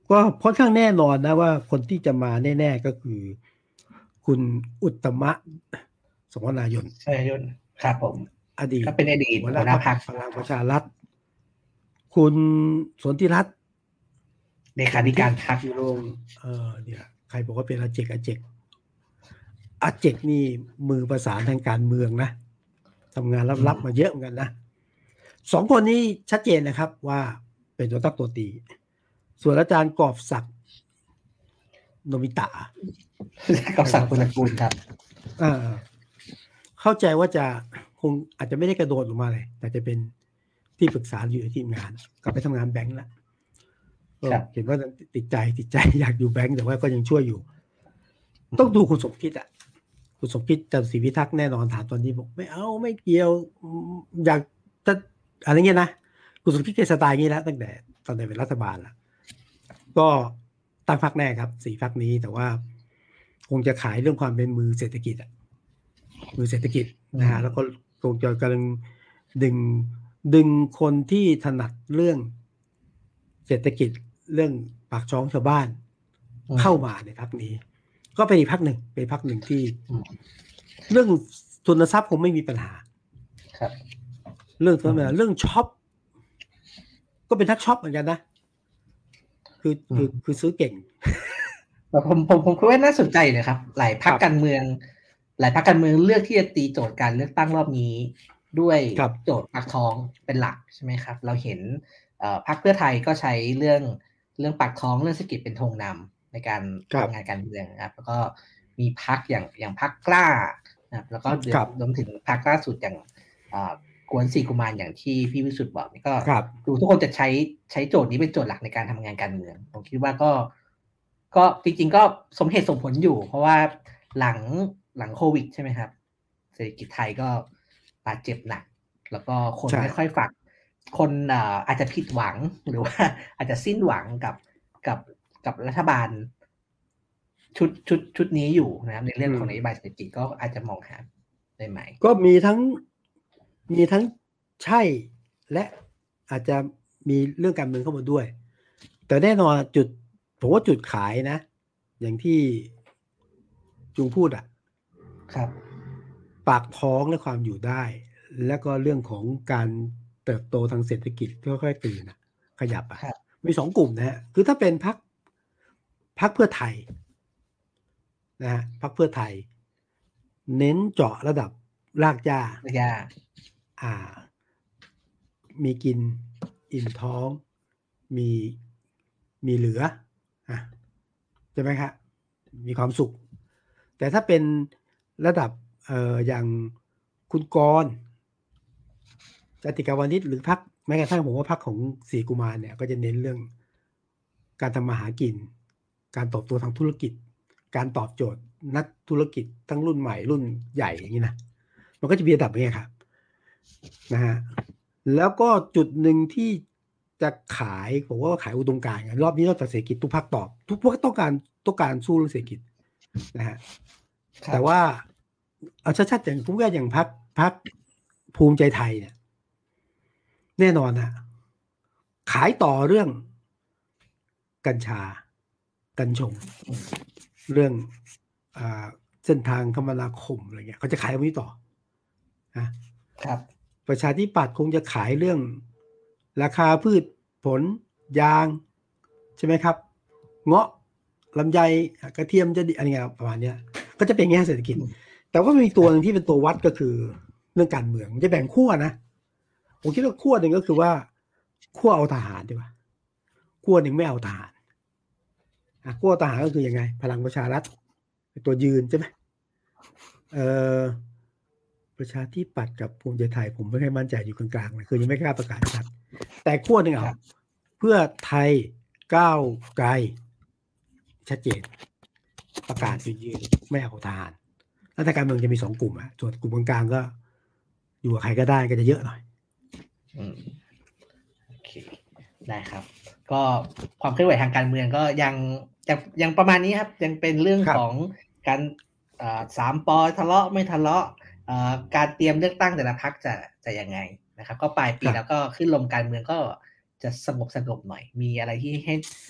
B: ก็ค่อนข้างแน่นอนนะว่าคนที่จะมาแน่ๆก็คือคุณอุตตมะสมนายน
A: ชัยยนต์ครับผม
B: อดีต
A: ก็เป็นอดีต
B: หัวห
A: หัวหน้าพรรค
B: น้าพรรคพลังประชารัฐคุณสนธิรัตน์
A: เลขาธิการพรรค
B: พิโรงเออเนี่ยใครบอกว่าเป็นอาเจกอาเจกอาเจกนี่มือประสานทางการเมืองนะทำงานลับๆมาเยอะเหมือนกันนะสองคนนี้ชัดเจนนะครับว่าเป็นตัวตั้งตัวตีส่วนอาจารย์กอบศักดิ์โนบิตะ
A: กอบศักดิ์ปุณกูลครับ
B: อ่าเข้าใจว่าจะคงอาจจะไม่ได้กระโดดออกมาเลยแต่จะเป็นที่ปรึกษาอยู่ในทีมงานกลับไปทำงานแบงก์แล้วเห็นว่าติดใจติดใจอยากอยู่แบงก์แต่ว่าก็ยังช่วยอยู่ต้องดูคุณสมคิดอ่ะคุณสมคิดจันทร์ศรีพิทักษ์แน่นอนถามตอนนี้บอกไม่เอาไม่เกี่ยวอยากจะอะไรเงี้ยนะคุณสมคิดแกสไตล์นี้แล้วตั้งแต่ตอนเป็นรัฐบาลแล้วก็ตั้งพรรคแน่ครับสี่พรรคนี้แต่ว่าคงจะขายเรื่องความเป็นมือเศรษฐกิจอ่ะมือเศรษฐกิจนะฮะแล้วก็คงจะกำลังดึงดึงคนที่ถนัดเรื่องเศรษฐกิจเรื่องปากท้องชาวบ้านเข้ามาในพรรคนี้ก็เป็นอีกพรรคหนึ่งเป็นพรรคหนึ่งที่เรื่องทุนทรัพย์คงไม่มีปัญหา
A: ครับ
B: เรื่องทุนทรัพย์เรื่องช็อปก็เป็นนักช็อปเหมือนกันนะคือคือคือซื้อเก่ง
A: แต่ผมผมผมคิดว่าน่าสนใจเลยครับหลายพรรคการเมืองหลายพรรคการเมืองเลือกที่จะตีโจทย์การเลือกตั้งรอบนี้ด้วยโจทย์ปากท้องเป็นหลักใช่ไหมครับเราเห็นพรรคเพื่อไทยก็ใช้เรื่องเรื่องปากท้องเรื่องเศรษฐกิจเป็นธงนำในการทำงานการเมืองครับแล้วก็มีพรรคอย่างอย่างพรรคกล้านะครับแล้วก็รวมถึงพรรคล่าสุดอย่างกวนสี่กุมารอย่างที่พี่วิสุทธ์บอกนี่ก็ดูทุกคนจะใช้ใช้โจทย์นี้เป็นโจทย์หลักในการทำงานการเมืองผมคิดว่าก็ก็จริงๆก็สมเหตุสมผลอยู่เพราะว่าหลังหลังโควิดใช่ไหมครับเศรษฐกิจไทยก็บาดเจ็บหนักแล้วก็คนไม่ค่อยฝากคนอ่าอาจจะผิดหวังหรือว่าอาจจะสิ้นหวังกับกับกับรัฐบาลชุดชุดชุดนี้อยู่นะครับในเรื่องของนโยบายเศรษฐกิจก็อาจจะมองหาได้ไหม
B: ก็มีทั้งมีทั้งใช่และอาจจะมีเรื่องการเมืองเข้ามาด้วยแต่แน่นอนจุดผมว่าจุดขายนะอย่างที่จุงพูดอ่ะ
A: ครับ
B: ปากท้องและความอยู่ได้แล้วก็เรื่องของการเติบโตทางเศรษฐกิจค่อยๆตื่นอ่ะขยับอ่ะมีสองกลุ่มนะฮะคือถ้าเป็นพรรคพรรคเพื่อไทยนะฮะพรรคเพื่อไทยเน้นเจาะระดับรากหญ้าอ่ามีกินอิ่มท้องมีมีเหลืออ่ะใช่ไหมครับมีความสุขแต่ถ้าเป็นระดับเอ่ออย่างคุณกรณ์จติกาวานิชหรือพรรคแม้กระทั่งผมว่าพรรคของศรีกุมารเนี่ยก็จะเน้นเรื่องการทำมาหากินการตอบโต้ทางธุรกิจการตอบโจทย์นักธุรกิจทั้งรุ่นใหม่รุ่นใหญ่อย่างนี้นะมันก็จะมีระดับอย่างนี้ครับนะฮะแล้วก็จุดหนึ่งที่จะขายผมว่าขายอุดมการณ์รอบนี้นอกจากเศรษฐกิจทุกพรรคตอบทุกพรรคต้องการต้องการสู้เรื่องเศรษฐกิจนะฮะแต่ว่าเอาชัดๆอย่างผมว่าอย่างพรรคพรรคภูมิใจไทยเนี่ยแน่นอนนะขายต่อเรื่องกัญชากัญชงเรื่องอ่าเส้นทางคมนาคมอะไรเงี้ยเขาจะขายตรงนี้ต่อ
A: นะครับ
B: ประชาธิปัตย์คงจะขายเรื่องราคาพืชผลยางใช่ไหมครับเงาะลำไยกระเทียมจะดีอะไรเงี้ยประมาณนี้ก็จะเป็นแง่เศรษฐกิจแต่ว่ามีตัวหนึ่งที่เป็นตัววัดก็คือเรื่องการเมืองจะแบ่งขั้วนะผมคิดว่าขั้วหนึ่งก็คือว่าขั้วเอาทหารดีกว่าขั้วหนึ่งไม่เอาทหารขั้วทหารก็คือยังไงพลังประชารัฐตัวยืนใช่ไหมเอ่อประชาธิปัตย์กับภูมิใจไทยผมไม่ค่อยมั่นใจอยู่กลางๆนะคือยังไม่กล้าประกาศชัดแต่ขั้วหนึ่งเอาเพื่อไทยก้าวไกลชัดเจนประกาศจุดยืนไม่เอาทหารแล้วแต่การเมืองจะมีสองกลุ่มอ่ะส่วนกลุ่มกลางๆก็อยู่กับใครก็ได้ก็จะเยอะหน่อย
A: อืมโอเคได้ครับก็ความเคลื่อนไหวทางการเมืองก็ยังยังยังประมาณนี้ครับยังเป็นเรื่องของการอ่าสามปอทะเลาะไม่ทะเลาะอ่าการเตรียมเลือกตั้งแต่ละพรรคจะจะยังไงนะครับก็ปลายปีแล้วก็ขึ้นลมการเมืองก็จะสงบสงบหน่อยมีอะไรที่ให้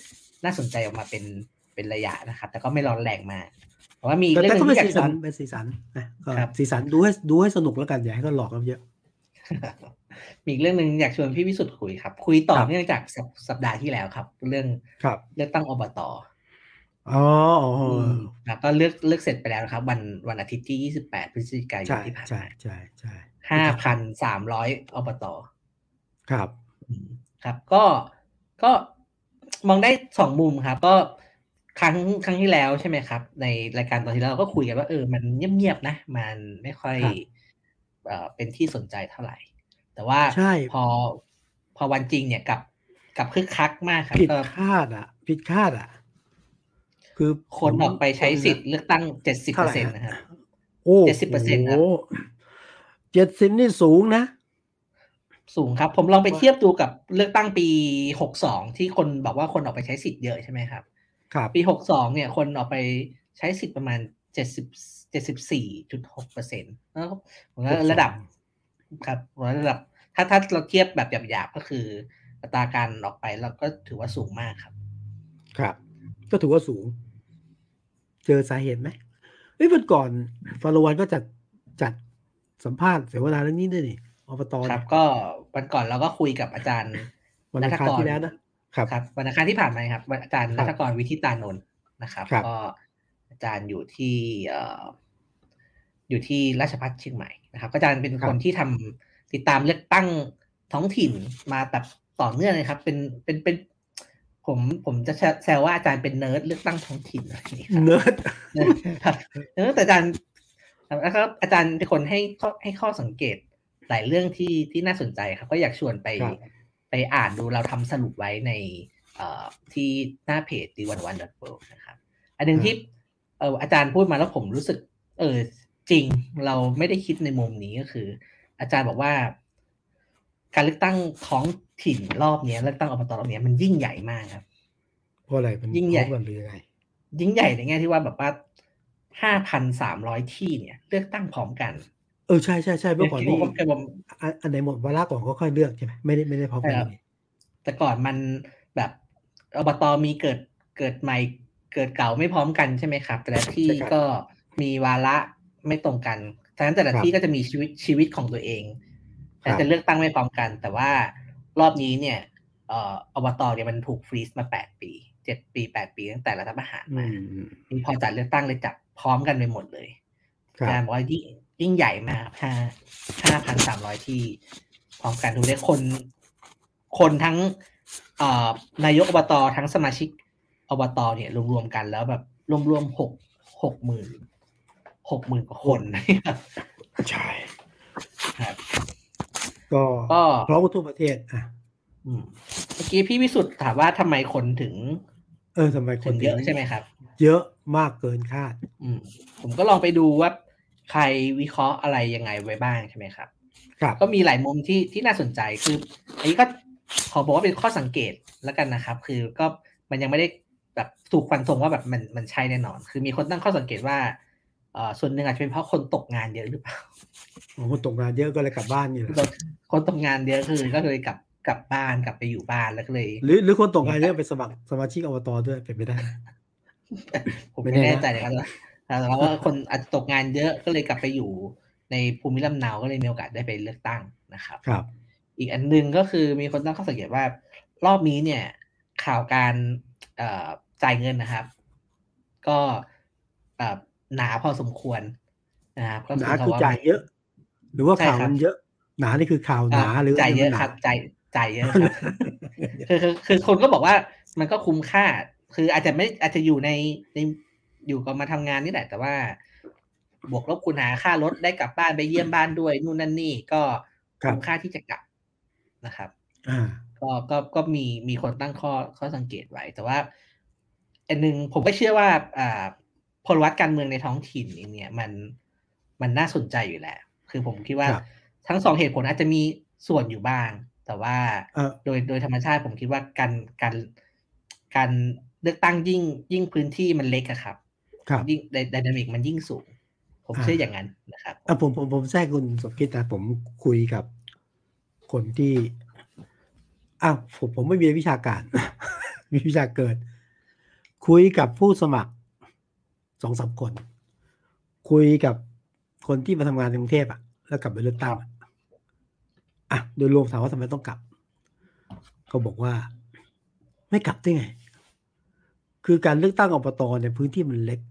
A: น่าสนใจออกมาเป็นเป็นระยะนะครับแต่ก็ไม่ร้อนแรงมากเพราะว่ามีเรื่องนึงที่อยากชวน
B: เป็นสีสันนะครับสีสันดูให้ดูให้สนุกแล้วกันอย่าให้เขาหลอกกันเยอะ
A: มีอีกเรื่องนึงอยากชวนพี่วิสุทธิ์คุยครับคุยต่อเนื่องจากสัปดาห์ที่แล้วครับเรื่องเลือกตั้งอบต.
B: อ๋อ
A: แล้วก็เลือกเลือกเสร็จไปแล้วครับวันวันอาทิตย์ที่ยี่สิบแปดพฤศจิกายนที่ผ่านมา
B: ใช่ใช่
A: ห้าพันสามร้อย อบต.
B: ครับ
A: ครับก็ก็มองได้สองมุมครับก็ครั้งครั้งที่แล้วใช่ไหมครับในรายการตอนที่แล้วเราก็คุยกันว่าเออมันเงียบๆนะมันไม่ค่อยเอ่อเป็นที่สนใจเท่าไหร่แต่ว่าพอพอวันจริงเนี่ยกับกับคึกคักมากครับ
B: ผิดคาดอ่ะผิดคาดอ่ะ
A: คือคนออกไปใช้สิทธิ์เลือกตั้ง เจ็ดสิบเปอร์เซ็นต์ นะครับ
B: โอ้
A: เจ็ดสิบเปอร์เซ็นต์ ครับ
B: เจ็ดสิบนี่สูงนะ
A: สูงครับผมลองไปเทียบดูกับเลือกตั้งปีหกสิบสองที่คนบอกว่าคนออกไปใช้สิทธิ์เยอะใช่ไหมครับ
B: ครับ
A: ปีหกสิบสองเนี่ยคนออกไปใช้สิทธิ์ประมาณเจ็ดสิบ เจ็ดสิบสี่จุดหกเปอร์เซ็นต์ แล้วผมว่าระดับครับระดับถ้าถ้าเราเทียบแบบหยาบๆก็คืออัตราการออกไปเราก็ถือว่าสูงมากครับ
B: ครับก็ถือว่าสูงเจอสาเหตุไหมเอ้ยวันก่อนฟาโรวันก็จัดจัดสัมภาษณ์เสวนาเรื่องนี้ด้วยนี่อบต.
A: ครับก็วันก่อนเราก็คุยกับอาจารย์
B: วันอังคารที่แล้วนะครับ
A: ครับวันอังคารที่ผ่านมาครับอาจารย์ณัฐกร วิทิตานนท์นะครับก็อาจารย์อยู่ที่เอ่ออยู่ที่ราชภัฏเชียงใหม่นะครับอาจารย์เป็นคนที่ทำติดตามเลือกตั้งท้องถิ่นมาแบบต่อเนื่องเลยครับเป็นเป็นเป็นผมผมจะแซวว่าอาจารย์เป็นเนิร์ดเลือกตั้งท้องถิ่นอะไรอย่างนี้ครับ
B: เนิร์ด
A: ครับเออแต่อาจารย์แล้วก็อาจารย์เป็นคนให้ข้อให้ข้อสังเกตหลายเรื่องที่ที่น่าสนใจครับก็อยากชวนไปไปอ่านดูเราทำสรุปไว้ในเอ่อที่หน้าเพจ ดี วัน วัน ดอท เวิลด์ นะครับอันนึงที่เอ่ออาจารย์พูดมาแล้วผมรู้สึกเออจริงเราไม่ได้คิดในมุมนี้ก็คืออาจารย์บอกว่าการเลือกตั้งท้องถิ่นรอบนี้เลือกตั้งอบต.รอบนี้มันยิ่งใหญ่มากครับ
B: เพราะอะไรมัน
A: ยิ่งใหญ่
B: หรือไง
A: ยิ่งใหญ่ในแง่ที่ว่าแบบว่า ห้าพันสามร้อย ที่เนี่ยเลือกตั้งพร้อมกัน
B: เออใช่ๆๆเมื่อก่อนนี่อันไหนหมดวาระก่อนก็ค่อยเลือกใช่ไหมไม่ได้ไม่ได้พร้อมกัน
A: แต่ก่อนมันแบบอบต.มีเกิดเกิดใหม่เกิดเก่าไม่พร้อมกันใช่ไหมครับแต่ละที่ก็มีวาระไม่ตรงกันฉะนั้นแต่ละที่ก็จะมีชีวิตชีวิตของตัวเองแต่จะเลือกตั้งไม่พร้อมกันแต่ว่ารอบนี้เนี่ยเอ่ออบต.เนี่ยมันถูกฟรีซมาแปดปีเจ็ดปีแปดปีตั้งแต่รัฐประหารมามีพอจัดเลือกตั้งเลยจัดพร้อมกันไปหมดเลยการบอกว่ายิ่งยิ่งใหญ่มากห้า ห้าพันสามร้อย ที่พร้อมกันถูกได้คนคนทั้งเอ่อนายกอบต.ทั้งสมาชิกอบต.เนี่ยรวมๆกันแล้วแบบรวมๆหก หกหมื่น หกหมื่นกว่าคนนะครับ
B: ใช่
A: ครับ
B: ก็พร้อมทั่วประเทศอ่ะ
A: อืมเมื่อกี้พี่วิสุทธ์ถามว่าทำไมคนถึง
B: เออทำไมคน
A: เยอะใช่ไหมครับ
B: เยอะมากเกินคาด
A: อืมผมก็ลองไปดูว่าใครวิเคราะห์อะไรยังไงไว้บ้างใช่ไหมครับ
B: ครับ
A: ก็มีหลายมุมที่ที่น่าสนใจคืออันนี้ก็ขอบอกว่าเป็นข้อสังเกตแล้วกันนะครับคือก็มันยังไม่ได้แบบถูกฟันธงว่าแบบมันมันใช่แน่นอนคือมีคนตั้งข้อสังเกตว่าเอ่อส่วนหนึ่งอาจจะเป็นเพราะคนตกงานเยอะหรือเปล่า
B: คนตกงานเยอะก็เลยกลับบ้านนี่แหละ
A: คนตกงานเยอะคือก็เลยกลับกลับบ้านกลับไปอยู่บ้านแล้วก็เลย
B: หรือหรือคนตกงานเยอะไปสมัครสมาชิกอบต.ด้วยเป็นไม่ได้
A: ผมไม่แน่ใจนะครับแต่ว่าคนอาจจะตกงานเยอะก็เลยกลับไปอยู่ในภูมิลำเนาก็เลยมีโอกาสได้ไปเลือกตั้งนะครับ
B: ครับ
A: อีกอันนึงก็คือมีคนตั้งข้อสังเกตว่ารอบนี้เนี่ยข่าวการจ่ายเงินนะครับก็หนาพอสมควรนะครับ
B: ก็หนาคือจ่ายเยอะหรือว่าข่าวมันเยอะหนานี่คือข่าวหนาหรือ
A: จ่ายเยอะครับจ่ายจ่ายเยอะครับคือคือคือคนก็บอกว่ามันก็คุ้มค่าคืออาจจะไม่อาจจะอยู่ในในอยู่ก็มาทำงานนี่แหละแต่ว่าบวกลบคูณหาค่ารถได้กลับบ้านไปเยี่ยมบ้านด้วยนู่นนั่นนี่ก็คุ้มค่าที่จะกลับนะครับก็ก็ก็มีมีคนตั้งข้อข้อสังเกตไว้แต่ว่าอันนึงผมก็เชื่อว่าอ่าพลวัตการเมืองในท้องถิ่นเนี่ยมันมันน่าสนใจอยู่แหละคือผมคิดว่าทั้งสองเหตุผลอาจจะมีส่วนอยู่บ้างแต่ว่าโดยโดยธรรมชาติผมคิดว่าการการการเลือกตั้งยิ่งยิ่งพื้นที่มันเล็กอะครับยิ่งไดนามิกมันยิ่งสูงผมเชื่ออย่างนั้นนะครับ
B: อ่ะผมผมผมแทรกคุณสมคิดแต่ผมคุยกับคนที่อ้าวผมผมไม่มีวิชาการมีวิชาเกิดคุยกับผู้สมัครสองสามคนคุยกับคนที่มาทำงานในกรุงเทพอ่ะแล้วกลับไปเลือกตั้งอ่ะโดยรวมถามว่าทำไมต้องกลับเขาบอกว่าไม่กลับได้ไงคือการเลือกตั้งอบตในพื้นที่มันเล็ก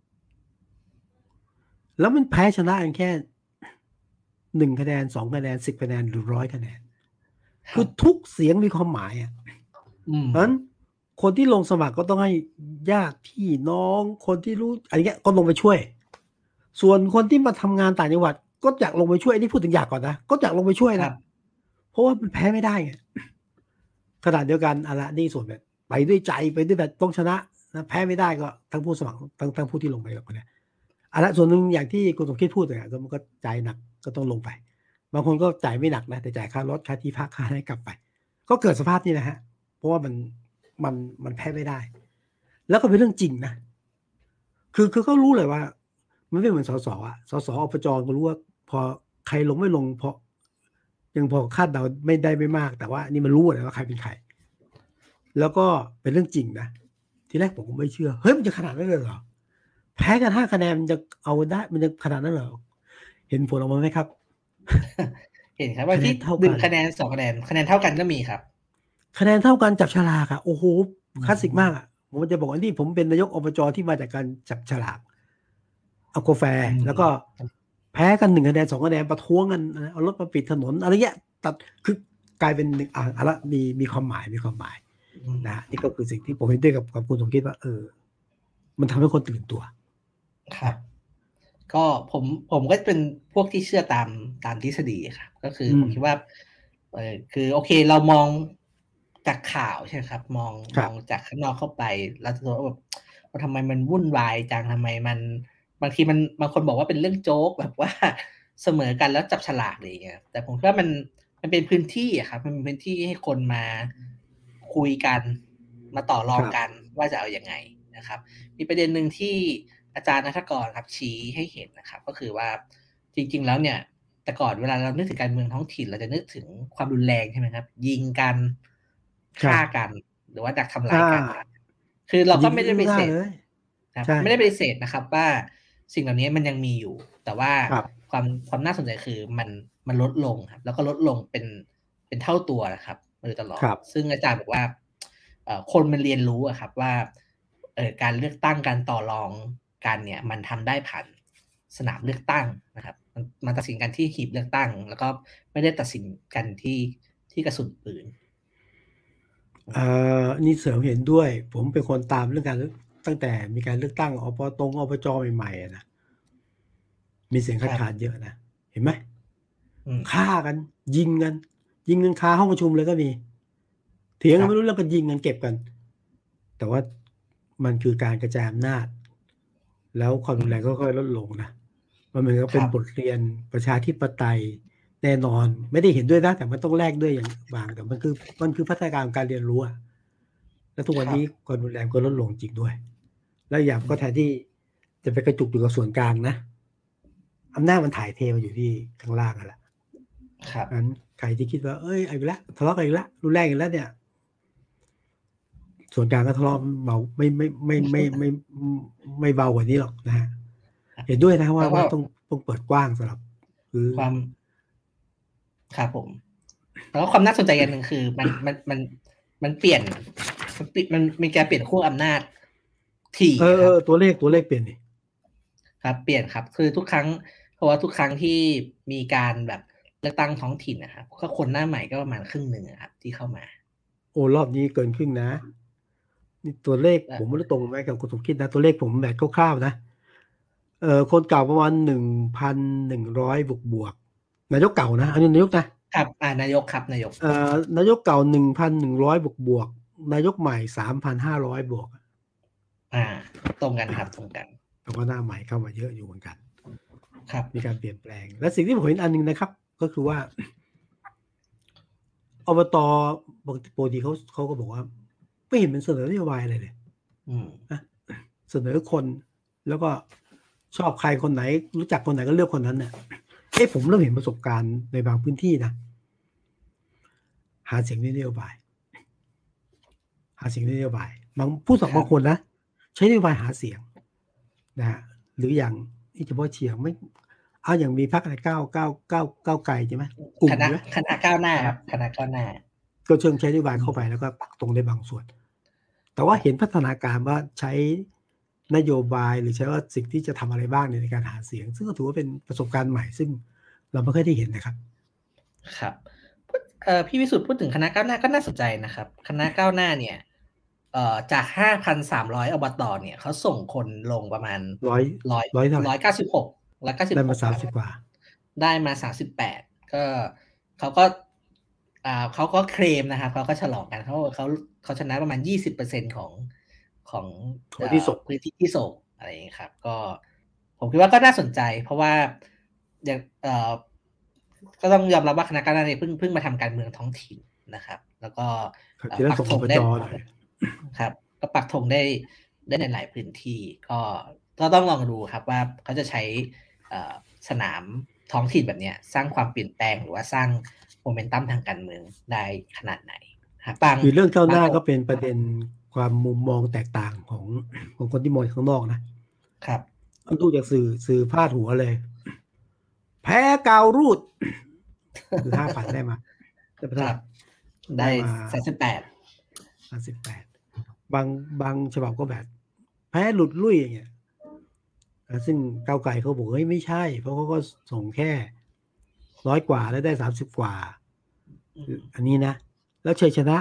B: แล้วมันแพ้ชนะกันแค่หนึ่งคะแนนสองคะแนนสิบคะแนนหรือร้อยคะแนนคือทุกเสียงมีความหมายอ่ะเพราะฉะนั้นคนที่ลงสมัครก็ต้องให้ญาติพี่น้องคนที่รู้อะไรเงี้ยก็ลงไปช่วยส่วนคนที่มาทำงานต่างจังหวัดก็อยากลงไปช่วยนี่พูดถึงอยากก่อนนะก็อยากลงไปช่วยนะเพราะว่ามันแพ้ไม่ได้ไงขนาดเดียวกันอะไรนี่ส่วนแบบไปด้วยใจไปด้วยแบบต้องชนะนะแพ้ไม่ได้ก็ทั้งผู้สมัครทั้งทั้งผู้ที่ลงไปกับคนนี้อะไรส่วนหนึ่งอย่างที่คุณสมคิดพูดเลยก็มันก็ใจหนักก็ต้องลงไปบางคนก็จ่ายไม่หนักนะแต่จ่ายค่ารถค่าที่พักค่าให้กลับไปก็เกิดสภาพนี้นะฮะเพราะว่ามันมันมันแพ้ไม่ได้แล้วก็เป็นเรื่องจริงนะคือคือเขารู้เลยว่ามันไม่เหมือนสสอ่ะสสอบจก็รู้ว่าพอใครลงไม่ลงเพราะยังพอคาดเดาไม่ได้ไม่มากแต่ว่านี่มันรู้เลยว่าใครเป็นใครแล้วก็เป็นเรื่องจริงนะทีแรกผมก็ไม่เชื่อเฮ้ยมันจะขนาดนั้นเลยเหรอแพ้กันห้าคะแนนมันจะเอาได้มันจะขนาดนั้นเหรอเห็นผลออกมาไหมครับ
A: เห็นครับว่าที่หนึ่งคะแนนสองคะแนนคะแนนเท่ากันก็มีครับ
B: คะแนนเท่ากันจับฉลากอ่ะโอ้โหคลาสสิกมากอ่ะผมจะบอกว่าที่ผมเป็นนายกอบจที่มาจากการจับฉลากเอากาแฟแล้วก็แพ้กันหนึ่งคะแนนสองคะแนนประท้วงกันเอารถมาปิดถนนอะไรเงี้ยตัดคือกลายเป็นหนึ่งอ่ะอะไรมีมีความหมายมีความหมายนะนี่ก็คือสิ่งที่ผมเห็นด้วยกับกับคุณสมคิดว่าเออมันทำให้คนตื่นตัว
A: ครับก็ผมผมก็เป็นพวกที่เชื่อตามตามทฤษฎีครับก็คือผมคิดว่าเออคือโอเคเรามองจากข่าวใช่ไหมครับมองมองจากข้างนอกเข้าไปแล้วจะรู้ว่าแบบว่าทำไมมันวุ่นวายจังทำไมมันบางทีมันบางคนบอกว่าเป็นเรื่องโจ๊กแบบว่าเสมอกันแล้วจับฉลากอะไรอย่างเงี้ยแต่ผมคิดว่ามันมันเป็นพื้นที่อะครับมันเป็นพื้นที่ให้คนมาคุยกันมาต่อรองกันว่าจะเอาอย่างไงนะครับมีประเด็นหนึ่งที่อาจารย์ณัฐกรครับชี้ให้เห็นนะครับก็คือว่าจริงๆแล้วเนี่ยแต่ก่อนเวลาเรานึกถึงการเมืองท้องถิ่นเราจะนึกถึงความรุนแรงใช่ไหมครับยิงกันฆ่ากันหรือว่าดักทำร้ายกันคือเราก็ไม่ได้ปฏิเสธครับไม่ได้ปฏิเสธนะครับว่าสิ่งเหล่านี้มันยังมีอยู่แต่ว่าความความน่าสนใจคือมันมันลดลงครับแล้วก็ลดลงเป็นเป็นเท่าตัวนะครับมาโดยตลอดซึ่งอาจารย์บอกว่าคนมันเรียนรู้อะครับว่าการเลือกตั้งการต่อรองกันเนี่ยมันทำได้ผ่านสนามเลือกตั้งนะครับมันมาตัดสินกันที่หีบเลือกตั้งแล้วก็ไม่ได้ตัดสินกันที่ที่กระสุนปืน
B: เอ่อนี่เสริมเห็นด้วยผมเป็นคนตามเรื่องการตั้งแต่มีการเลือกตั้งอบตงอบจใหม่ๆนะมีเสียงคัดค้านเยอะนะเห็นไหมฆ่ากันยิงกันยิงกันคาห้องประชุมเลยก็มีเถียงกันไม่รู้เรื่องกันยิงกันเก็บกันแต่ว่ามันคือการกระจายอำนาจแล้วความรุนแรงก็ค่อยลดลงนะมันเหมือนกับเป็นบทเรียนประชาธิปไตยแน่นอนไม่ได้เห็นด้วยนะแต่มันต้องแลกด้วยอย่างบางแต่มันคือมันคือพัฒนาการของการเรียนรู้อะแล้วทุกวันนี้ความรุนแรงก็ลดลงจริงด้วยแล้วอย่างก็แทนที่จะไปกระจุกอยู่กับส่วนกลางนะอำนาจมันถ่ายเทมาอยู่ที่ข้างล่างนั่นแหละ
A: ครับ
B: งั้นใครที่คิดว่าเอ้ยไอ้ละทะเลาะกันอีกแล้วรุนแรงอีกแล้วเนี่ยส่วนกลางก็ทะเลาะเบาไม่ไม่ไม่ไม่ไม่ไม่เบากว่านี้หรอกนะฮะเห็นด้วยนะว่าว่าต้องต้องเปิดกว้างสำหรับคือ
A: ความครับผมแล้วก็ความน่าสนใจอย่างหนึ่งคือมันมันมันมันเปลี่ยนมันมันมีการเปลี่ยนขั้วอำนาจถี่
B: เออตัวเลขตัวเลขเปลี่ยนนี่
A: ครับเปลี่ยนครับคือทุกครั้งเพราะว่าทุกครั้งที่มีการแบบเลือกตั้งท้องถิ่นนะครับก็คนหน้าใหม่ก็ประมาณครึ่งหนึ่งครับที่เข้ามา
B: โอ้รอบนี้เกินครึ่งนะนี่ตัวเลขผมไม่รู้ตรงไหมกับคุณสมคิดนะตัวเลขผมแบบคร่าวๆนะเอ่อคนเก่าประมาณหนึ่งพันหนึ่งร้อยบวกบวกนายกเก่านะอันนี้นายกนะครับ
A: อ่านายกครับนายก
B: เอ่อนายกเก่าหนึ่งพันหนึ่งร้อยบวกบวกนายกใหม่สามพันห้าร้อยบวก
A: อ่าตรงกันครับตรงกัน
B: แล้วก็หน้าใหม่เข้ามาเยอะอยู่เหมือนกัน
A: ครับ
B: มีการเปลี่ยนแปลงและสิ่งที่ผมเห็นอันนึงนะครับก็คือว่าอบตปกติเขาเขาก็บอกว่าไม่เห็นเป็นเสนอนโยบายอะไรเลยนะเสนอคนแล้วก็ชอบใครคนไหนรู้จักคนไหนก็เลือกคนนั้นเนี่ยเอ้ผมเริ่มเห็นประสบการณ์ในบางพื้นที่นะหาเสียงนโยบายหาเสียงนโยบายบางผู้สมัครบางคนนะใช้นโยบายหาเสียงนะฮะหรืออย่างที่เฉพาะเฉียงไม่เอาอย่างมีพรรคอะไรก้าวก้าวก้าวก้าวไกลใช่ไหมกลุ่ม
A: คณะคณะก้าวหน้าครับคณะก้าวหน้า
B: ก็เชิงใช้นโยบายเข้าไปแล้วก็ปักตรงได้บางส่วนแต่ว่าเห็นพัฒนาการว่าใช้นโยบายหรือใช้ว่าสิ่งที่จะทำอะไรบ้างในการหาเสียงซึ่งก็ถือว่าเป็นประสบการณ์ใหม่ซึ่งเราไม่เคยได้เห็นนะครับ
A: ครับเอ่อพี่วิสุทธ์พูดถึงคณะก้าวหน้าก็น่าสนใจนะครับคณะก้าวหน้าเนี่ยเอ่อจาก ห้าพันสามร้อย อบตเนี่ยเขาส่งคนลงประมาณ
B: ร้อยร้อยร้อยเท่าไหร่
A: ร้อยเก้าสิบหกร้อยเก้าสิบหก
B: ได้มาสามสิบกว่า
A: ได้มาสามสิบแปดก็เขาก็อ่าเขาก็เคลมนะครับเขาก็ฉลองกันเขาเขาเขาชนะประมาณ ยี่สิบเปอร์เซ็นต์ ของของ
B: ของที่ส่ง
A: พื้นที่ที่ส่งอะไรอย่างนี้ครับก็ผมคิดว่าก็น่าสนใจเพราะว่าอย่างเอ่อก็ต้องยอมรับว่าคณะก้าวหน้าเนี่ยเพิ่งเพิ่งมาทำการเมืองท้องถิ่นนะครับแล้วก็
B: ปักธงได้
A: ครับก็ปักธงได้ได้ในหลายพื้นที่ก็ก็ต้องลองดูครับว่าเขาจะใช้สนามท้องถิ่นแบบนี้สร้างความเปลี่ยนแปลงหรือว่าสร้างโมเมนตัมทางการเมืองได้ขนาดไหนครับบาง
B: คือเรื่องก้าวหน้าก็เป็นประเด็นความมุมมองแตกต่างของของคนที่มองข้างนอกนะครับต้องดูจากสื่อสื่อพาดหัวเลยแพ้กาวรูดคือห้าพันได้มา
A: ครับได้สามสิบแปด
B: สามสิบแปดบางบางฉบับก็แบบแพ้หลุดลุ่ยอย่างเงี้ยซึ่งก้าวไกลเขาบอกเฮ้ยไม่ใช่เพราะเขาก็ส่งแค่ร้อยกว่าแล้วได้สามสิบกว่าอันนี้นะแล้วชัยชนะ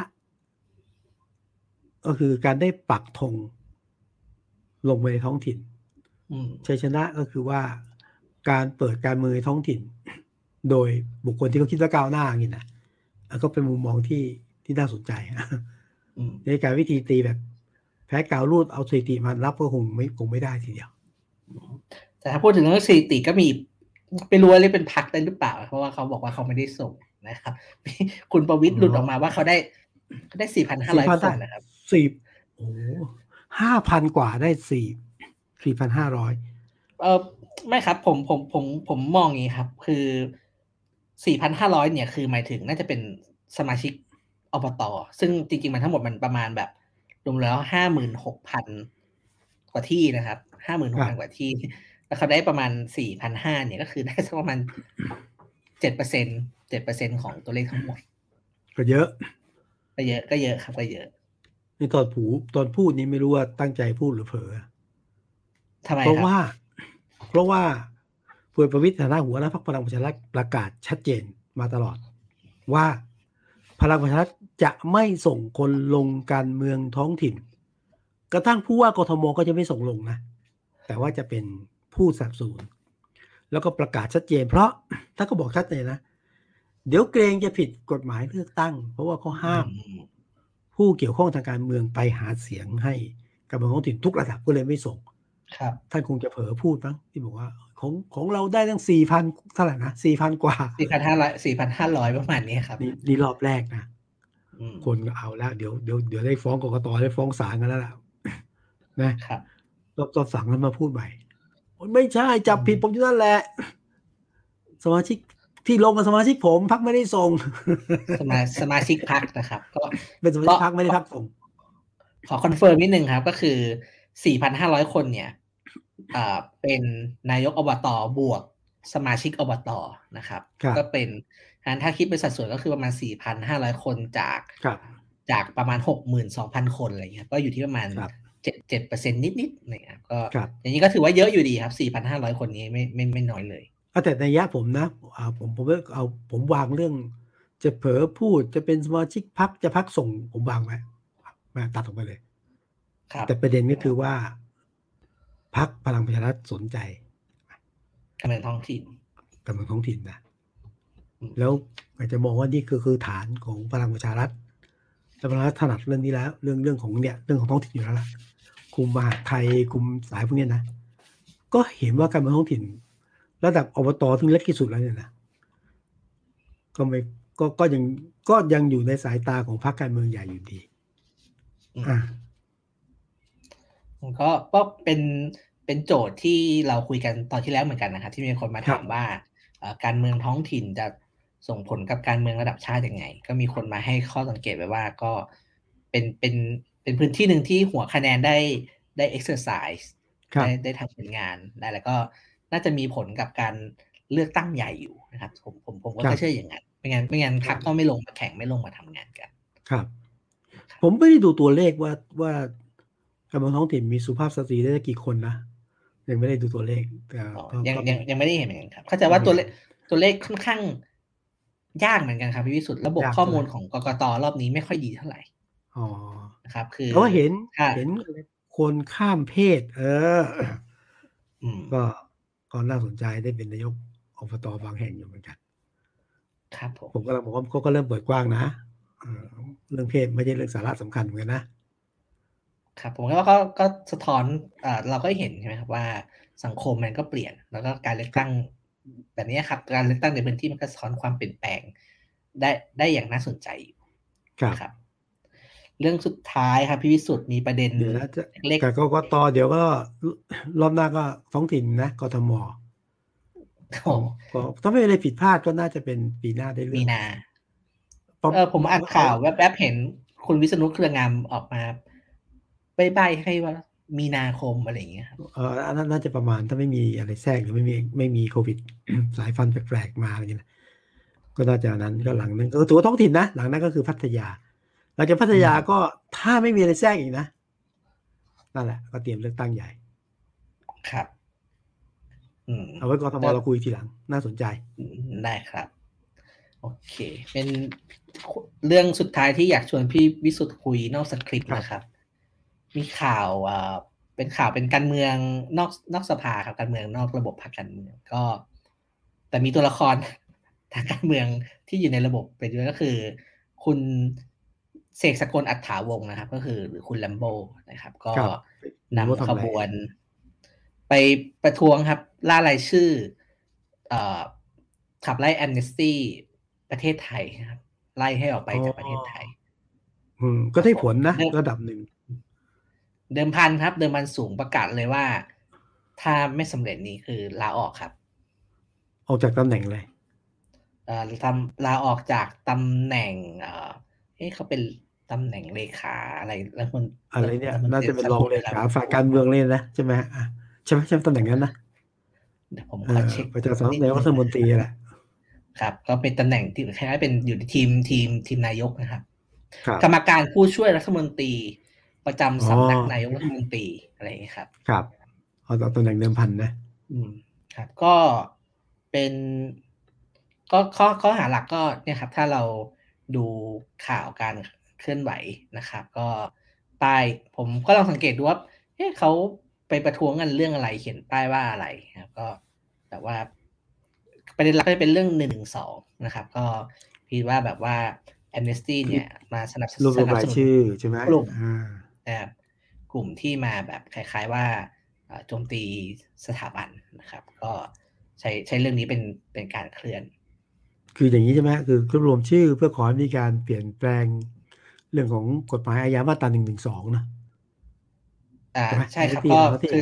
B: ก็คือการได้ปักธงลงไปในท้องถิ่นชัยชนะก็คือว่าการเปิดการเมืองในท้องถิ่นโดยบุคคลที่เขาคิดว่าก้าวหน้าอย่างนี้นะก็เป็นมุมมองที่ที่น่าสนใจในการวิธีตีแบบแพ้กาวรูดเอาสถิติมารับก็คงไม่คงไม่ได้ทีเดียว
A: แต่ถ้าพูดถึงเรื่องสถิติก็มีไปรู้ว่าเรียกเป็นพักได้หรือเปล่าเพราะว่าเขาบอกว่าเขาไม่ได้ส่งนะครับคุณประวิตรหลุดออกมาว่าเขาได้เขาได้ สี่พันห้าร้อย คนนะครับ
B: สี่โอ้ห้าพันกว่าได้สี่สี่พันห้าร้อย
A: เออไม่ครับผมผมผมผมมองอย่างนี้ครับคือ สี่พันห้าร้อย เนี่ยคือหมายถึงน่าจะเป็นสมาชิกอบต.ซึ่งจริงๆมันทั้งหมดมันประมาณแบบรวมแล้ว ห้าหมื่นหกพัน กว่าที่นะครับ ห้าหมื่นหกพัน กว่าที่แล้วเขาได้ประมาณ สี่พันห้าร้อย เนี่ยก็คือได้สักประมาณ เจ็ดเปอร์เซ็นต์ เจ็ดเปอร์เซ็นต์ ของตัวเลขทั้งหมด
B: ก็เยอะ
A: ก็เยอะก็เยอะครับก็เยอะ
B: นี่ตอนผูตอนพูดนี้ไม่รู้ว่าตั้งใจพูดหรือเผลอ
A: ทำไมครับ
B: เพราะว่าเพราะว่าพลเอกประวิตรฐานะหัวหน้าพรรคพลังประชารัฐประกาศชัดเจนมาตลอดว่าพลังประชารัฐจะไม่ส่งคนลงการเมืองท้องถิ่นกระทั่งผู้ว่ากทมก็จะไม่ส่งลงนะแต่ว่าจะเป็นผู้สนับสนุนแล้วก็ประกาศชัดเจนเพราะถ้าก็บอกชัดเจนนะเดี๋ยวเกรงจะผิดกฎหมายเลือกตั้งเพราะว่าเขาห้ามผู้เกี่ยวข้องทางการเมืองไปหาเสียงให้การเมืองท้องถิ่นทุกระดับก็เลยไม่ส่ง
A: ครับ
B: ท่านคงจะเผลอพูดมั้งที่บอกว่าของของเราได้ตั้ง สี่พัน เท่าไหร่นะ สี่พัน กว่า
A: สี่พันห้าร้อย สี่พันห้าร้อย ประมาณนี้ครับ
B: นี่นี่รอบแรกนะคนก็เอาแล้วเดี๋ยวเดี๋ยวเดี๋ยวได้ฟ้องกกต.ได้ฟ้องศาลกันแล้วล่ะนะครับรอบต่อสั่งแล้วมาพูดใหม่ไม่ใช่จับผิดผมอยู่นั่นแหละสมาชิกที่ลงกับสมาชิกผมพรรคไม่ได้ส่ง
A: สมาสมาชิกพรรคนะครับก็
B: เป็นสมาชิกพรรคไม่ได้พรรคส่ง
A: ขอคอนเฟิร์มนิดนึงครับก็คือ สี่พันห้าร้อย คนเนี่ยอ่าเป็นนายกอบต.บวกสมาชิกอบต.นะครับก็เป็นงั้นถ้าคิดเป็นสัดส่วนก็คือประมาณ สี่พันห้าร้อย คนจากจากประมาณ หกหมื่นสองพัน คนอะไรเงี้ยก็อยู่ที่ประมาณเจ็ด เจ็ดเปอร์เซ็นต์ นิดๆนะครับก็อย่างนี้ก็ถือว่าเยอะอยู่ดีครับ สี่พันห้าร้อย คนนี้ไม่ไม่ไม่น้อยเลย
B: แต่ในระยะผมนะอ่าผมผมเอาผมวางเรื่องจะเผลอพูดจะเป็นสมาชิกพรรคจะพรรคส่งผมวางไว้มาตัดออกไปเลยแต่ประเด็นก็คือว่าพรรคพลังประชารัฐสนใจ
A: การเมืองท้องถิ่น
B: การเมืองท้องถิ่นนะแล้วอาจจะมองว่านี่คือคือฐานของพลังประชารัฐและพลังประชารัฐถนัดเรื่องนี้แล้วเรื่องเรื่องของเนี่ยเรื่องของท้องถิ่นอยู่แล้วล่ะคุมมหาดไทยคุมสายพวกนี้นะก็เห็นว่าการเมืองท้องถิ่นระดับอบต.ถึงเล็กที่สุดแล้วเนี่ยนะก็ไม่ก็ก็ยังก็ยังอยู่ในสายตาของพรรคการเมืองใหญ่อยู่ดีอ่า
A: ก็ก็เป็นเป็นโจทย์ที่เราคุยกันตอนที่แล้วเหมือนกันนะครับที่มีคนมาถามว่าการเมืองท้องถิ่นจะส่งผลกับการเมืองระดับชาติยังไงก็มีคนมาให้ข้อสังเกตไว้ว่าก็เป็นเป็นเป็นพื้นที่หนึ่งที่หัวคะแนนได้ได้ exercise ได้ได้ทำผลงานได้แล้วก็น่าจะมีผลกับการเลือกตั้งใหญ่อยู่นะครับผมผมผมก็เชื่ออย่างนั้นไม่งั้นไม่งั้นพรรคก็ไม่ลงมาแข่งไม่ลงมาทำงานกัน
B: ครับผมไม่ได้ดูตัวเลขว่าว่าการเมืองท้องถิ่นมีสุภาพสตรีได้กี่คนนะยังไม่ได้ดูตัวเลขแต่
A: ยังยังยังไม่ได้เห็นเหมือนกันครับเข้าใจว่าตัวเลขตัวเลขค่อนข้างยากเหมือนกันครับพี่วิสุทธิ์ระบบข้อมูลของกกต.รอบนี้ไม่ค่อยดีเท่าไหร่
B: อ๋อ
A: นะครับคือ
B: แต่ว่าเห็นเห็นคนข้ามเพศเออก็ก็น่าสนใจได้เป็นนายกอบต.บางแห่งอยู่เหมือนกัน
A: ครับผม
B: ผมก็เลยบอกว่าเขาก็เริ่มเปิดกว้างนะเรื่องเพศไม่ใช่เรื่องสาระสำคัญเหมือนกันนะครับ
A: ผมว่าก็ก็สะท้อนอ่าเราก็เห็นใช่ไหมครับว่าสังคมมันก็เปลี่ยนแล้วก็การเลือกตั้งแบบนี้ครับการเลือกตั้งในพื้นที่มันก็สะท้อนความเปลี่ยนแปลงได้ได้อย่างน่าสนใจครับเรื่องสุดท้ายครับพี่วิสุทธิ์มีประเด็น
B: เล็กๆกับกกต.เดี๋ยวก็รอบหน้าก็ท้องถิ่นนะกทม.ก็ถ้าไม่มีอะไรผิดพลาดก็น่าจะเป็นปีหน้าได้เรื่อง
A: มีนาเออผมอ่านข่าวแวบๆเห็นคุณวิษณุเครืองามออกมาใบ้ๆให้ว่ามีนาคมอะไรอย่างเงี้ยครับ
B: เอออันนั้นน่าจะประมาณถ้าไม่มีอะไรแทรกหรือไม่มีไม่มีโควิด สายพันธุ์แปลกๆมาอะไรเงี้ยก็น่าจะนั้นก็หลังนั้นก็ถือว่าท้องถิ่นนะหลังนั้นก็คือพัทยาหลังจากพัทยาก็ถ้าไม่มีอะไรแทรกอีกนะนั่นแหละก็เตรียมเลือกตั้งใหญ่
A: ครับ
B: เอาไว้กทมเราคุยทีหลังน่าสนใจ
A: ได้ครับโอเคเป็นเรื่องสุดท้ายที่อยากชวนพี่วิสุทธิ์คุยนอกสคริปต์นะครับมีข่าวอ่าเป็นข่าวเป็นการเมืองนอกนอกสภาครับการเมืองนอกระบบพรรคการเมืองก็แต่มีตัวละครทางการเมืองที่อยู่ในระบบไปด้วยก็คือคุณเสกสกลอัฏฐาวงศ์นะครับก็คือหรือคุณแลมโบนะครับก็นำขบวนไปประท้วงครับล่ารายชื่อขับไล่แอมเนสตี้ประเทศไทยครับไล่ให้ออกไปจากประเทศไทย
B: อืมก็ได้ผลนะระดับหนึ่ง
A: เดิมพันครับเดิมพันสูงประกาศเลยว่าถ้าไม่สำเร็จนี้คือลาออกครับ
B: ออกจากตำแหน่งเลย
A: เอ่อทำลาออกจากตำแหน่งเอ่อเฮ้ยเขาเป็นตำแหน่งเลขาอะไรแล้วคน
B: อะไรเนี่ยน่าจะเป็นรองเลขาฝ่ายการเมืองเลยนะใช่ไหมใช่ไหมใช่ตำแหน่งนั้นนะ
A: เดี๋ยวผมขอเช็ค
B: ประชาสัมพันธ์รัฐมนตรีแหละ
A: ครับก็เป็นตำแหน่งที่คล้ายๆเป็นอยู่ในทีมทีมทีมนายกนะครับกรรมการผู้ช่วยรัฐมนตรีประจำสำนักนายกรัฐมนตรีอะไรอย่างนี้ครับ
B: ครับเอาตำแหน่งเดิมพันนะ
A: อืมครับก็เป็นก็ข้อข้อหาหลักก็เนี่ยครับถ้าเราดูข่าวการเคลื่อนไหวนะครับก็ป้ายผมก็ลองสังเกตดูว่าเอ๊ะเขาไปประท้วงกันเรื่องอะไรเขียนป้ายว่าอะไรครับก็แต่ว่าประเด็นหลักก็จะเป็นเรื่องหนึ่งหนึ่งสองนะครับก็คิดว่าแบบว่า Amnesty เนี่ยมาสนับสนุน
B: รายชื่อใช่ไหม
A: กลุ่มนะครับกลุ่มที่มาแบบคล้ายๆว่าโจมตีสถาบันนะครับก็ใช้ใช้เรื่องนี้เป็นเป็นการเคลื่อน
B: คืออย่างนี้ใช่ไหมคือรวมชื่อเพื่อขอให้มีการเปลี่ยนแปลงเรื่องของกฎหมายอาญามาตราหนึ่งหนึ่งสองนะ
A: อ่าใช่ครับก็คือ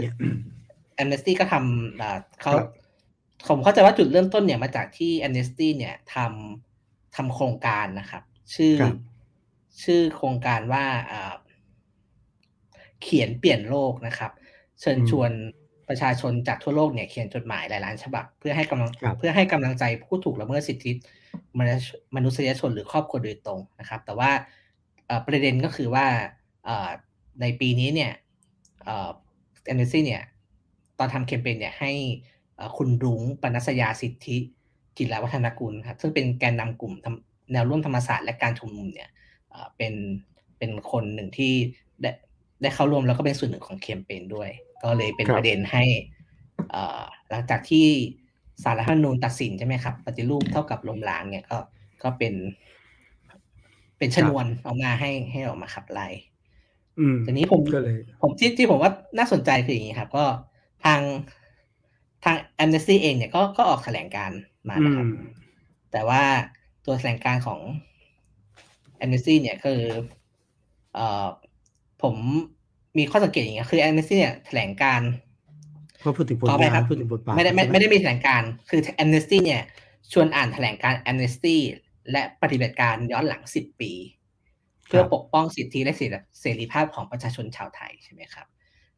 A: Amnesty ก็ทำอ่าเขาผมเข้าใจว่าจุดเริ่มต้นเนี่ยมาจากที่ Amnesty เนี่ยทำทำโครงการนะครับชื่อชื่อโครงการว่าอ่าเขียนเปลี่ยนโลกนะครับเชิญชวนประชาชนจากทั่วโลกเนี่ยเขียนจดหมายหลายล้านฉบับเพื่อให้กำลังเพื่อให้กำลังใจผู้ถูกละเมิดสิทธิมนุษยชนหรือครอบครัวโดยตรงนะครับแต่ว่าประเด็นก็คือว่าในปีนี้เนี่ยเอ Amnesty เนี่ยตอนทำแคมเปญเนี่ยให้คุณรุ้งปนัสยาสิทธิกิจวัฒนกุลครับซึ่งเป็นแกนนำกลุ่มแนวร่วมธรรมศาสตร์และการชุมนุมเนี่ยเป็นเป็นคนหนึ่งที่ได้ได้เข้าร่วมแล้วก็เป็นส่วนหนึ่งของแคมเปญด้วยก็เลยเป็นประเด็นให้หลังจากที่ศาลรัฐธรรมนูญตัดสินใช่ไหมครับปฏิรูปเท่ากับล้มล้างเนี่ยก็ก็เป็นเป็นชนวนออกมาให้ให้ออกมาขับไล่ทีนี้ผมผมที่ที่ผมว่าน่าสนใจคืออย่างนี้ครับก็ทางทาง Amnesty เองเนี่ยก็ก็ออกแถลงการมานะครับแต่ว่าตัวแถลงการของ Amnesty เนี่ยคือเอ่อผมมีข้อสังเกตอย่างนี้คือ Amnesty เนี่ยแถลงการ
B: เขาพูดถึงบทบาทพูดถึงบทบาท
A: ไม่ได้ไม่ไม่ได้มีแถลงการคือ Amnesty เนี่ยชวนอ่านแถลงการ Amnesty และปฏิบัติการย้อนหลังสิบปีเพื่อปกป้องสิทธิและเสรีภาพของประชาชนชาวไทยใช่ไหมครับ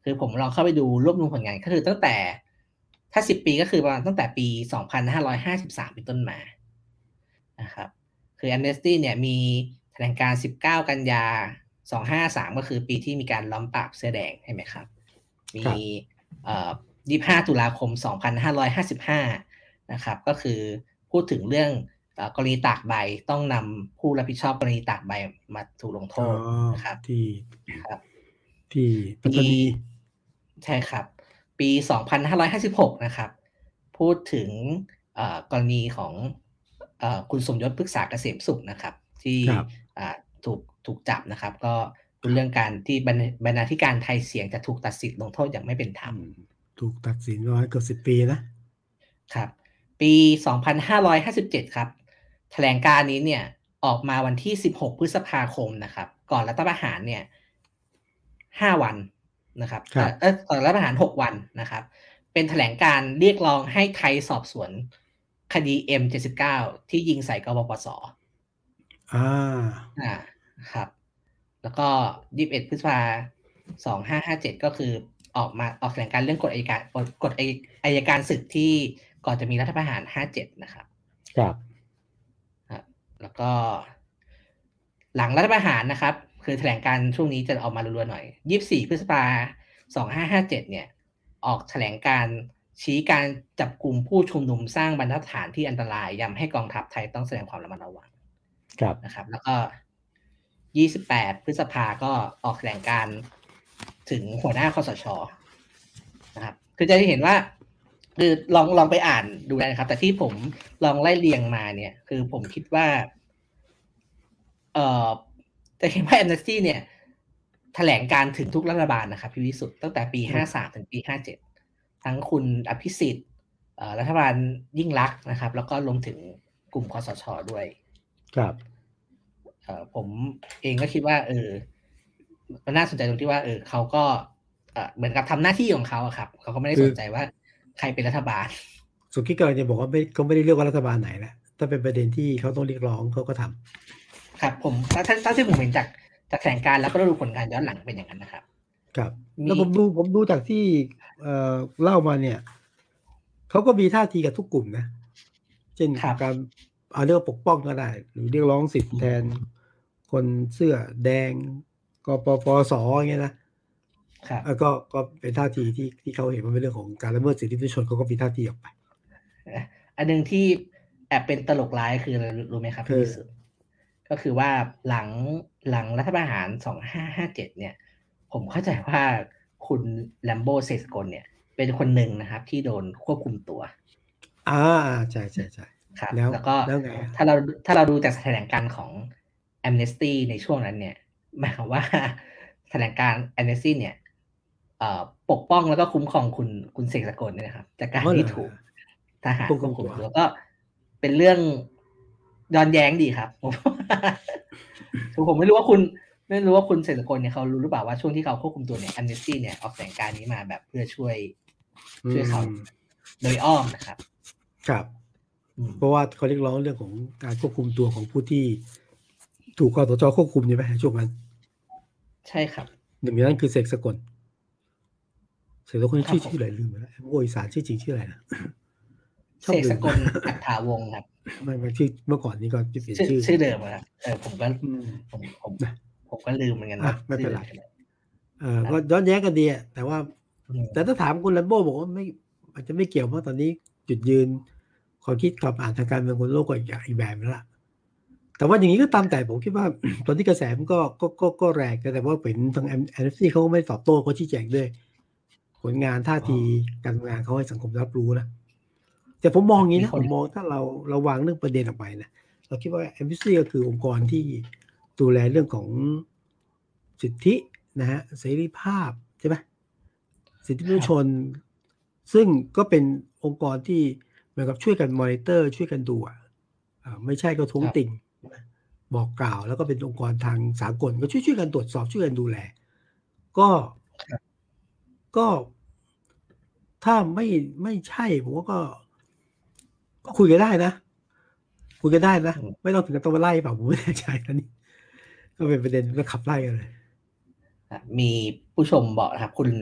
A: คือผมลองเข้าไปดูรวบรวมผลงานก็คือตั้งแต่ถ้าสิบปีก็คือประมาณตั้งแต่ปีสองพันห้าร้อยห้าสิบสามเป็นต้นมานะครับคือ Amnesty เนี่ยมีแถลงการสิบเก้ากันยาสองพันห้าร้อยห้าสิบสามก็คือปีที่มีการล้อมปราบเสื้อแดงใช่ไหมครับมีเอ่อยี่สิบห้าตุลาคมสองพันห้าร้อยห้าสิบห้านะครับก็คือพูดถึงเรื่องกรณีตากใบต้องนำผู้รับผิดชอบกรณีตากใบมาถูกลงโทษนะครับ
B: ที่
A: ครับ
B: ที่ปัตตานี
A: ใช่ครับปีสองพันห้าร้อยห้าสิบหกนะครับพูดถึงกรณีของคุณสมยศพฤกษาเกษมสุขนะครับที่ถูกถูกจับนะครับก็เป็นเรื่องการที่บรรณาธิการไทยเสียงจะถูกตัดสินลงโทษอย่างไม่เป็นธรรม
B: ถูกตัดสินมาเกือบสิบปีนะครับ
A: ปีสองพันห้าร้อยห้าสิบเจ็ดครับแถลงการนี้เนี่ยออกมาวันที่สิบหกพฤษภาคมนะครับก่อนรัฐประหารเนี่ยห้าวันนะครับเอ่อก่อนรัฐประหารหกวันนะครับเป็นแถลงการเรียกร้องให้ไทยสอบสวนคดี เอ็ม เจ็ดสิบเก้า ที่ยิงใส่กบปส.
B: อ่า
A: อ่าครับแล้วก็ยี่สิบเอ็ดพฤษภาคมสองพันห้าร้อยห้าสิบเจ็ดก็คือออกมาออกแถลงการเรื่องกฎอัยการกฎอัยการศึกที่ก่อนจะมีรัฐประหารห้าสิบเจ็ดนะครับ
B: ครับ
A: ครับแล้วก็หลังรัฐประหารนะครับคือแถลงการช่วงนี้จะออกมารัวๆหน่อยยี่สิบสี่พฤษภาคมสองพันห้าร้อยห้าสิบเจ็ดเนี่ยออกแถลงการชี้การจับกุมผู้ชุมนุมสร้างบรรทัดฐานที่อันตรายย้ำให้กองทัพไทยต้องแสดงความระมัดระวัง
B: ครับ
A: นะครับแล้วก็ยี่สิบแปดพฤษภาก็ออกแถลงการถึงหัวหน้าคสช.นะครับคือจะได้เห็นว่าคือลองลองไปอ่านดูได้นะครับแต่ที่ผมลองไล่เรียงมาเนี่ยคือผมคิดว่าเอ่อจะเห็นว่า Amnesty เนี่ยแถลงการถึงทุกรัฐบาลนะครับพี่วิสุทธ์ตั้งแต่ปีห้าสามถึงปีห้าเจ็ดทั้งคุณอภิสิทธิ์เอ่อรัฐบาลยิ่งลักษณ์นะครับแล้วก็รวมถึงกลุ่มคสช.ด้วย
B: ครับ
A: เอ่อผมเองก็คิดว่าเออมันน่าสนใจตรงที่ว่าเออเขาก็เอ่อเหมือนกับทำหน้าที่ของเขาอะครับเขาก็ไม่ได้สนใจว่าใครเป็นรัฐบาล
B: สุกี้กำลังจะบอกว่าไม่เขาไม่ได้เลือกว่ารัฐบาลไหนแหละถ้าเป็นประเด็นที่เขาต้องเรียกร้องเขาก็ท
A: ำครับผมถ้าถ้าที่ผมเห็นจากจากแถลงการแล้วก็ดูผลงานย้อนหลังเป็นอย่างนั้นนะครับ
B: ครับแล้วผมดูผมดูจากที่เอ่อเล่ามาเนี่ยเขาก็มีท่าทีกับทุกกลุ่มนะเช่นการเอาเรื่องปกป้องก็ได้หรือเรียกร้องสิทธิแทนคนเสื้อแดงกปปสอย่างเงี้ยนะครับแล้วก็ก็เป็นท่าทีที่ที่เขาเห็นว่าเป็นเรื่องของการละเมิดสิทธิมนุษยชนเขาก็มีท่าทีออกไป
A: อันนึงที่แอบเป็นตลกร้ายคืออะไรรู้ไหมครับพี่สุดก็คือว่าหลังหลังรัฐประหารสองพันห้าร้อยห้าสิบเจ็ดเนี่ยผมเข้าใจว่าคุณแลมโบเซสกลเนี่ยเป็นคนหนึ่งนะครับที่โดนควบคุมตัว
B: อ่าใช่ใช่ใช่
A: ครับแล้วแล้วก็ถ้าเราถ้าเราดูจากแถลงการของ Amnesty ในช่วงนั้นเนี่ยหมายความว่าแถลงการ Amnesty เนี่ยปกป้องแล้วก็คุ้มครองคุณคุณเสกสกลเนี่ยนะครับจากการที่ถูกทหารควบคุมตัวก็เป็นเรื่องย้อนแย้งดีครับผมคือผมไม่รู้ว่าคุณไม่รู้ว่าคุณเสกสกลเนี่ยเขารู้หรือเปล่าว่าช่วงที่เขาควบคุมตัวเนี่ย Amnesty เนี่ยออกแถลงการนี้มาแบบเพื่อช่วยช่วยเขาโดยอ้อมนะครับ
B: ครับเพราะว่าเขาเรียกร้องเรื่องของการควบคุมตัวของผู้ที่ถูกคสช.ควบคุมใช่ไหมช่วงนั้น
A: ใช่ครับ
B: หนึ่งในนั้นคือเสกสกลเสกสกลชื่อชื่ออะไรลืมไปแล้วโวยสารชื่อจริงชื่ออะไรนะ
A: เสกสกลอัฏฐาวงศ์ครับ
B: ไม่ไม่ชื่อเมื่อก่อนนี้ก็จะเปลี่ยน
A: ชื่
B: อ
A: ชื่อเดิมครับเออผมก็ผมผมผมก็ลืมเหมือนกันนะ
B: ไม่เป็นไรเออก็ย้อนแย้งกันดีแต่ว่าแต่ถ้าถามคุณแลมโบ้บอกว่าไม่อาจจะไม่เกี่ยวเพราะตอนนี้จุดยืนความคิดความอ่านทางการเมืองคนโลกก็อีกแบบนึงละแต่ว่าอย่างนี้ก็ตามแต่ผมคิดว่าตอนที่กระแสมันก็ก็ก็ก็แรงแต่ว่าเป็นทาง Amnesty เขาก็ไม่ตอบโต้เขาชี้แจงด้วยผลงานท่าทีการทำงานเขาให้สังคมรับรู้นะแต่ผมมองอย่างนี้นะผมมองถ้าเราเราวางเรื่องประเด็นออกไปนะเราคิดว่า Amnesty ก็คือองค์กรที่ดูแลเรื่องของสิทธินะฮะเสรีภาพใช่ไหมสิทธิมนุษยชนซึ่งก็เป็นองค์กรที่เหมือนกับช่วยกันมอนิเตอร์ช่วยกันดูอ่ะไม่ใช่ก็ท้วงติ่งบอกกล่าวแล้วก็เป็นองค์กรทางสากลก็ช่วยช่วยกันตรวจสอบช่วยกันดูแลก็ก็ถ้าไม่ไม่ใช่ผมว่าก็ก็คุยกันได้นะคุยกันได้นะไม่ต้องถึงกับต้องมาไล่เปล่าผมไม่แน่ใจนะนี่ก็เป็นประเด็นก็ขับไล่กันเลย
A: มีผู้ชมบอกนะครับคุณ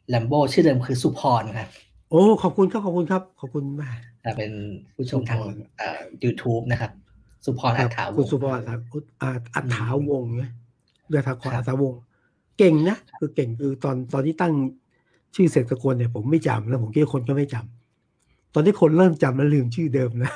A: แลมโบ้ชื่อเดิมคือสุพรครับ
B: โอ้ขอบคุณครับขอบคุณครับขอบคุณมาก
A: จะเป็นผู้ชมทางเอ่อ YouTube นะครับสุพรอัฏฐาวงศ์
B: สุพรอัฏฐอัฏฐาวงศ์เนี่ยเรือทาคอนอัฏฐาวงศ์เก่งนะคือเก่งคือตอนตอนที่ตั้งชื่อเสกสกลเนี่ยผมไม่จำแล้วผมคิดว่าคนก็ไม่จำตอนที่คนเริ่มจำแล้วลืมชื่อเดิมนะ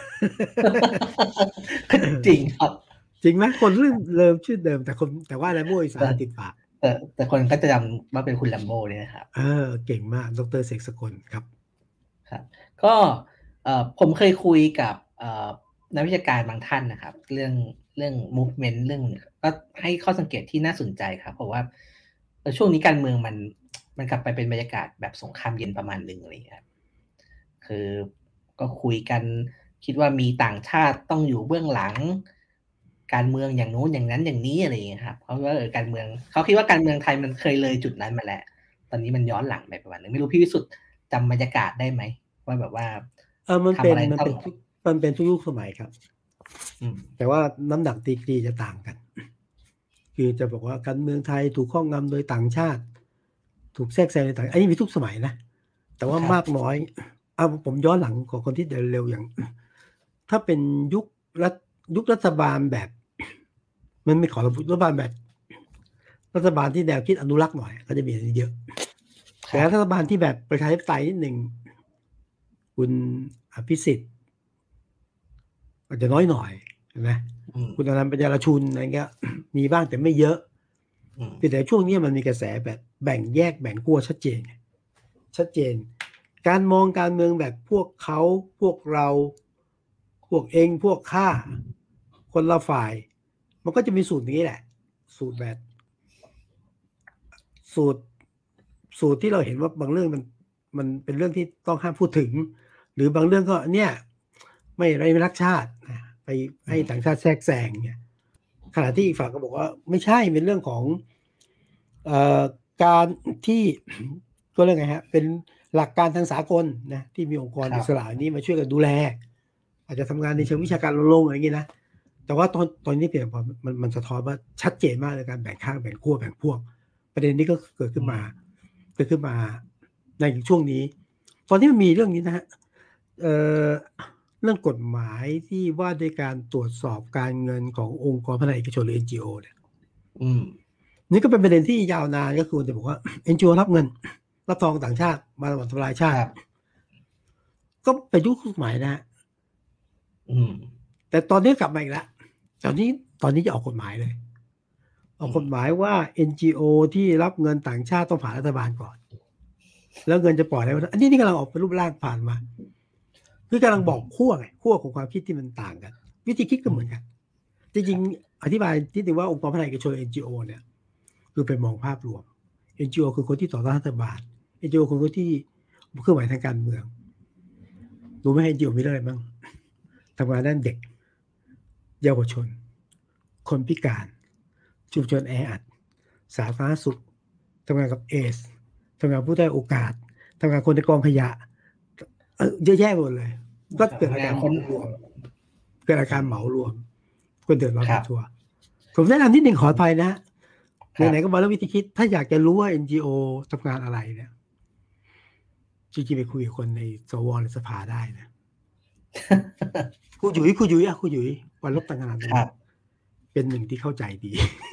A: จริงครับ
B: จริงไหมคนเริ่มเริ่มชื่อเดิมแต่คนแต่ว่าแลมโบ้อีสานติดปาก
A: แต่แต่คนก็จะจำว่าเป็นคุณแลมโบ้เนี่ยนะครับ
B: เออเก่งมากดร.เสกสกลครับ
A: ครับก็เอ่อผมเคยคุยกับเอ่อนักวิชาการบางท่านนะครับเรื่องเรื่อง movement เรื่องก็ให้ข้อสังเกตที่น่าสนใจครับเพราะว่าช่วงนี้การเมืองมันมันกลับไปเป็นบรรยากาศแบบสงครามเย็นประมาณหนึ่งอะไรอย่างเงี้ยคือก็คุยกันคิดว่ามีต่างชาติต้องอยู่เบื้องหลังการเมืองอย่างโน้นอย่างนั้นอย่างนี้อะไรอย่างเงี้ยครับเพราะว่าเออการเมืองเขาคิดว่าการเมืองไทยมันเคยเลยจุดนั้นมาแล้วตอนนี้มันย้อนหลังไปประมาณนึงไม่รู้พี่วิสุทธิ์จำบรรยากาศได้ไหมว่าแบบว่า
B: เออมันเป็นมันเป็นมันเป็นทุกยุคสมัยครับแต่ว่าน้ำหนักดีกรีจะต่างกันคือจะบอกว่าการเมืองไทยถูกครอบงำโดยต่างชาติถูกแทรกแซงในต่างอันนี้มีทุกสมัยนะแต่ว่ามากน้อยเอาผมย้อนหลังของคนที่เดินเร็วอย่างถ้าเป็นยุครัฐยุครัฐบาลแบบมันไม่ขอรัฐบาลแบบรัฐบาลที่แนวคิดอนุรักษ์หน่อยก็จะมีเยอะแต่รัฐบาลที่แบบประชาธิปไตยนิดหนึ่งคุณอภิสิทธิ์อาจจะน้อยหน่อยใช่ไหมคุณอนันต์ปัญญารชุนอะไรเงี้ยมีบ้างแต่ไม่เยอะแต่ช่วงนี้มันมีกระแสแบบแบ่งแยกแบ่งขั้วชัดเจนชัดเจนการมองการเมืองแบบพวกเขาพวกเราพวกเองพวกข้าคนละฝ่ายมันก็จะมีสูตรนี้แหละสูตรแบบสูตรสูตรที่เราเห็นว่าบางเรื่องมันมันเป็นเรื่องที่ต้องห้ามพูดถึงหรือบางเรื่องก็เนี่ยไม่ไรไม่รักชาติไปให้ต่างชาติแทรกแซงเนี่ยขณะที่อีกฝั่งก็บอกว่าไม่ใช่เป็นเรื่องของเอ่อการที่ก็เรื่องไงฮะเป็นหลักการทางสากลนะที่มีองค์กรอิสระนี้มาช่วยกันดูแลอาจจะทำงานในเชิงวิชาการลงๆอะไรอย่างนี้นะแต่ว่าตอนตอนนี้เปลี่ยนพอมันมันสะท้อนว่าชัดเจนมากในการแบ่งข้างแบ่งขั้วแบ่งพวกประเด็นนี้ก็เกิดขึ้นมาเกิดขึ้นมาในช่วงนี้ตอนที่มันมีเรื่องนี้นะฮะเอ่อเรื่องกฎหมายที่ว่าด้วยการตรวจสอบการเงินขององค์กรพัฒนาเอกชนหรือ เอ็น จี โอ เนี่ย
A: อืม
B: นี่ก็เป็นประเด็นที่ยาวนานก็คือจะบอกว่า เอ็น จี โอ รับเงินรับทองต่างชาติมาทำลายชาติก็เป็นยุคสมัยนะฮะ
A: อืม
B: แต่ตอนนี้กลับมาอีกแล้วตอนนี้ตอนนี้จะออกกฎหมายเลยออกกฎหมายว่า เอ็น จี โอ ที่รับเงินต่างชาติต้องผ่านรัฐบาลก่อนแล้วเงินจะปล่อยได้อันนี้นี่กำลังออกเป็นรูปร่างผ่านมาคือกำลังบอกขั้วไงขั้วของความคิดที่มันต่างกันวิธีคิดก็เหมือนกันจริงๆอธิบายนิดนึงว่าองค์กรพัฒนาเอกชน เอ็น จี โอ เนี่ยคือเป็นมองภาพรวม เอ็น จี โอ คือคนที่ต่อต้านรัฐบาล เอ็น จี โอ คือคนที่เคลื่อนไหวทางการเมืองรู้ไหม เอ็น จี โอ มีอะไรบ้างทำงานด้านเด็กเยาวชนคนพิการชุมชนแออัดสาธารณสุขทำงานกับเอสทำงานผู้ได้โอกาสทำงานคนในกองขยะเยอะแยะหมดเลยก็เกิดอาการเหมารวมเกิดอาการเหมารวมคนเดือดร้อนทั่วผมแนะนำนิดหนึ่งขออภัยนะไหนๆก็มาแล้ววิธีคิดถ้าอยากจะรู้ว่า เอ็น จี โอ ทำงานอะไรเนี่ยจริงๆไปคุยกับคนในสวในสภาได้นะครูหยุยครูหยุยอ่ะครูหยุยวันลบต่างงานเป็นหนึ่งที่เข้าใจดี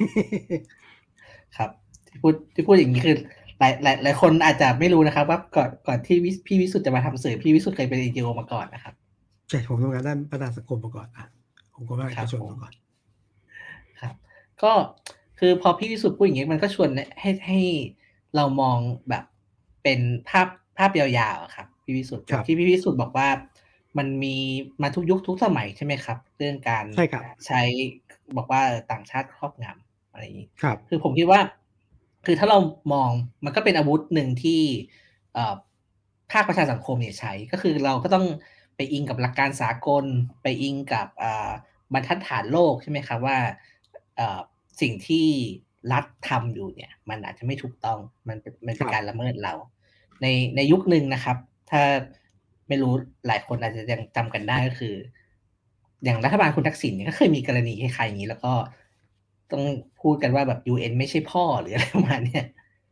A: ครับที่พูดที่พูดอย่างนี้คือหลายหลายหลายคนอาจจะไม่รู้นะครับว่าก่อนก่อนที่พี่วิสุทธ์จะมาทำสื่อพี่วิสุทธ์เคยเป็น เอ็น จี โอ มาก่อนนะครับ
B: ใช่ผมทำงานด้านพัฒนาสังคมมาก่อนอ่ะผมก็ไม่ได้ชวนมาก่อน
A: ครับก็คือพอพี่วิสุทธ์พูดอย่างนี้มันก็ชวนให้ให้เรามองแบบเป็นภาพภาพยาวๆครับพี่วิสุทธ์ที่พี่วิสุทธ์บอกว่ามันมีมาทุกยุคทุกสมัยใช่ไหมครับเรื่องการใช้บอกว่าต่างชาติครอบงำอะไรอย่างนี้คือผมคิดว่าคือถ้าเรามองมันก็เป็นอาวุธหนึ่งที่ภาคประชาสังคมเนี่ยใช้ก็คือเราก็ต้องไปอิงกับหลักการสากลไปอิงกับบรรทัดฐานโลกใช่ไหมครับว่าสิ่งที่รัฐทำอยู่เนี่ยมันอาจจะไม่ถูกต้องมันเป็นมันเป็นการละเมิดเราในในยุคนึงนะครับถ้าไม่รู้หลายคนอาจจะยังจำกันได้ก็คืออย่างรัฐบาลคุณทักษิณเนี่ยก็เคยมีกรณีคล้ายๆอย่างนี้แล้วก็ต้องพูดกันว่าแบบ ยู เอ็น ไม่ใช่พ่อหรืออะไรประมาณนี้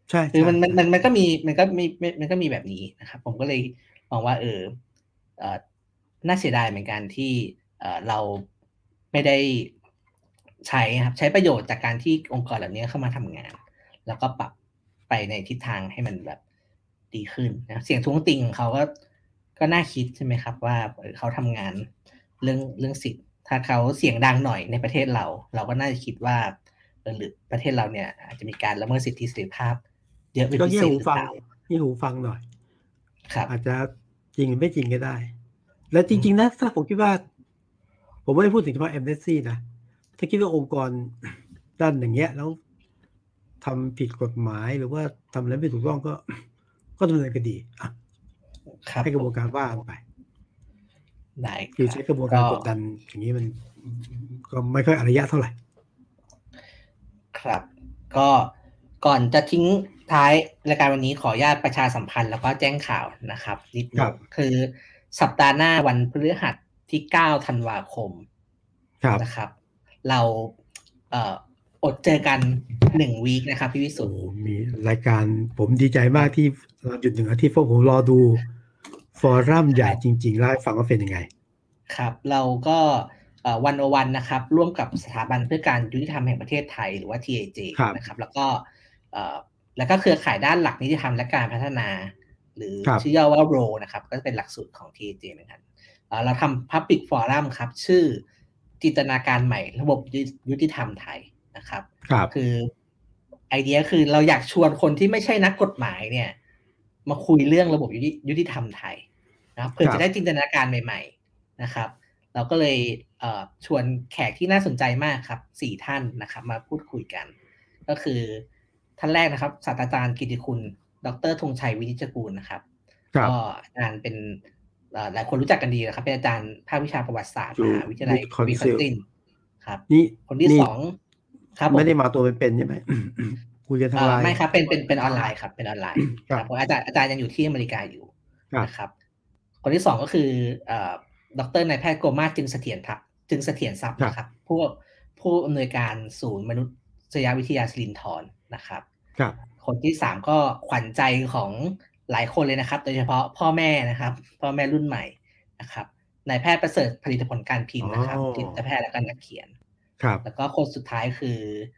B: ใช่
A: คือมันมันมันมันก็มีมันก็มีมันก็มีแบบนี้นะครับผมก็เลยมองว่าเออเออน่าเสียดายเหมือนกันที่เออเราไม่ได้ใช้ครับใช้ประโยชน์จากการที่องค์กรเหล่านี้เข้ามาทำงานแล้วก็ปรับไปในทิศทางให้มันแบบดีขึ้นนะเสียงท้วงติงของเขาก็ก็น่าคิดใช่ไหมครับว่าเขาทำงานเรื่องเรื่องสิทธิ์ถ้าเขาเสียงดังหน่อยในประเทศเราเราก็น่าจะคิดว่าหรือประเทศเราเนี่ยอาจจะมีการละเมิดสิทธิเสรีภาพเยอะเป็นพิเศษหรือเปล่า
B: นี่หูฟังหน่อย
A: ครับ
B: อาจจะจริงหรือไม่จริงก็ได้และจริงๆนะถ้าผมคิดว่าผมไม่ได้พูดถึงเฉพาะ Amnesty นะถ้าคิดว่าองค์กรด้านอย่างเงี้ยแล้วทำผิดกฎหมายหรือว่าทำอะไรไม่ถูกต้องก็ก็ดำเนินคดีให้กระบวนการว่าไป
A: ได้
B: คือใช้กระบวนการกดดันอย่างนี้มันก็ไม่ค่อยอารยะเท่าไหร่
A: ครับก็ก่อนจะทิ้งท้ายรายการวันนี้ขออนุญาตประชาสัมพันธ์แล้วก็แจ้งข่าวนะครับนิดนึงคือสัปดาห์หน้าวันพฤหัสที่เก้าธันวาคมนะครับเราเอ่ออดเจอกันหนึ่งวีคนะครับพี่วิสุทธิ์
B: มีรายการผมดีใจมากที่เราหยุดหนึ่งอาทิตย์เพราะผมรอดูฟอรัมใหญ่จริงๆแล้วฟังว่าเป็นยังไง
A: ครับเราก็วันโอวันนะครับร่วมกับสถาบันเพื่อการยุติธรรมแห่งประเทศไทยหรือว่า ที เอ เจ นะครับแล้วก็แล้วก็เครือข่ายด้านหลักนิติธรรมและการพัฒนาหรือชื่อย่อว่า โร นะครับก็เป็นหลักสูตรของ ที เอ เจ เหมือนกันเราทำ Public Forum ครับชื่อจินตนาการใหม่ระบบยุติธรรมไทยนะครับคือไอเดียคือเราอยากชวนคนที่ไม่ใช่นักกฎหมายเนี่ยมาคุยเรื่องระบบยุติธรรมไทยนะครับเพื่อจะได้จินตนาการใหม่ๆนะครับเราก็เลยเอ่อชวนแขกที่น่าสนใจมากครับสี่ท่านนะครับมาพูดคุยกันก็คือท่านแรกนะครับศาสตราจารย์กิติคุณดร.ธงชัยวินิจฉัยกูลนะครับก็อาจารย์เป็นหลายคนรู้จักกันดีนะครับเป็นอาจารย์ภาควิชาประวัติศาสตร์มหาวิทยาลัยวิคอนซินครับ
B: นี่
A: คนที่สอง
B: ครับไม่ได้มาตัวเป็นๆใช่ไหมคุยกันทางไลน์
A: ไม่ครับเป็นเป็นเป็นออนไลน์ครับเป็นออนไลน์ครับอาจารย์อาจารย์ยังอยู่ที่อเมริกาอยู่นะครับคนที่สองก็คือดร.นายแพทย์โกมาจึงเสถียรทัพจึงเสถียรทรัพย์นะครับผู้ผู้อำนวยการศูนย์มนุษยวิทยาสิรินธรนะครับคนที่สามก็ขวัญใจของหลายคนเลยนะครับโดยเฉพาะพ่อแม่นะครับพ่อแม่รุ่นใหม่นะครับนายแพทย์ประเสริฐผลิตผลการพิมพ์นะครับจิตแพทย์และก็นักเขียนแล้วก็คนสุดท้ายคือ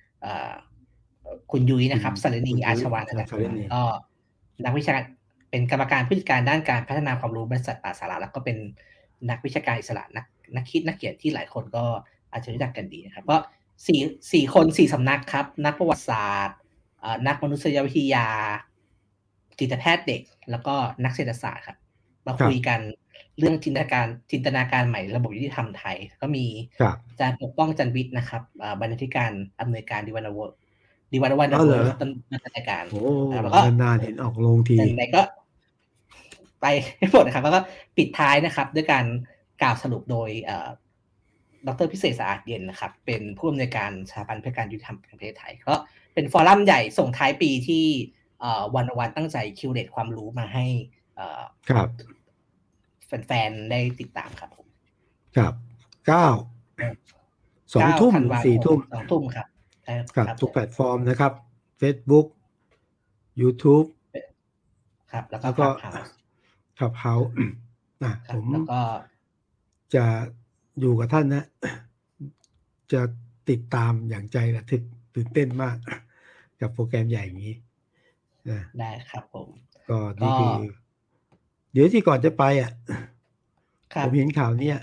A: คุณยุ้ยนะครับสรณีอาชวานนะครับก็นักวิชาการเป็นกรรมการผู้จัดการด้านการพัฒนาความรู้บริษัทป่าสาระแล้วก็เป็นนักวิชาการอิสระนักนักคิดนักเขียนที่หลายคนก็อาจจะรู้จักกันดีนะครับก็สี่สี่คนสี่สำนักครับนักประวัติศาสตร์นักมนุษยวิทยาจิตแพทย์เด็กแล้วก็นักเศรษฐศาสตร์ครับมาคุยกันเรื่องจินตนาการจินตนาการใหม่ระบบยุติธรรมไทยก็มีอาจารย์ปกป้องจันทร์วิทย์นะครับบรรณาธิการอำนวยการดิวันเวิร์ดิวันวันเวิร์ต้นรายการ
B: แล้วก็นานเห็นออกลงที
A: ไหนก็ไปให้หมดนะครับแล้วก็ปิดท้ายนะครับด้วยการกล่าวสรุปโดยดร.พิเศษสะอาดเย็นนะครับเป็นผู้อำนวยการสถาบันเพื่อการยุติธรรมแห่งประเทศไทยก็เป็นฟอรัมใหญ่ส่งท้ายปีที่วันวันตั้งใจคิวเรตความรู้มาให้แฟนๆได้ติดตามครับผม
B: ครับเก้าสองทุ่มสี่ทุ่ม
A: สองทุ่มครับ
B: ครับทุกแพลตฟอร์มนะครับ Facebook YouTube
A: ครับแล้วก็
B: ขับเฮานะผม
A: แล้วก็
B: จะอยู่กับท่านนะจะติดตามอย่างใจระทึกตื่นเต้นมากกับโปรแกรมใหญ่อย่างนี้
A: นะได้ครับผม
B: ก็นี่คือเดี๋ยวที่ก่อนจะไปอ่ะผมเห็นข่าวเนี้ย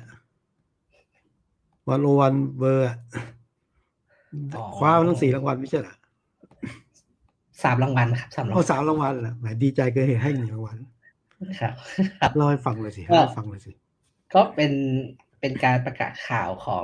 B: วันโอวันเบอร์คว้าทั้งสี่รางวัลไม่ใช่เหรอ
A: สามรางวัลครับสามรางวัล
B: โอ้สามรางวัลเหรอหมายดีใจเกินเหตุให้หนึ่งรางวัล
A: ครับ
B: เล่าให้ฟังเลยสิเล่าให้ฟังเลยสิ
A: ก็เป็นเป็นการประกาศข่าวของ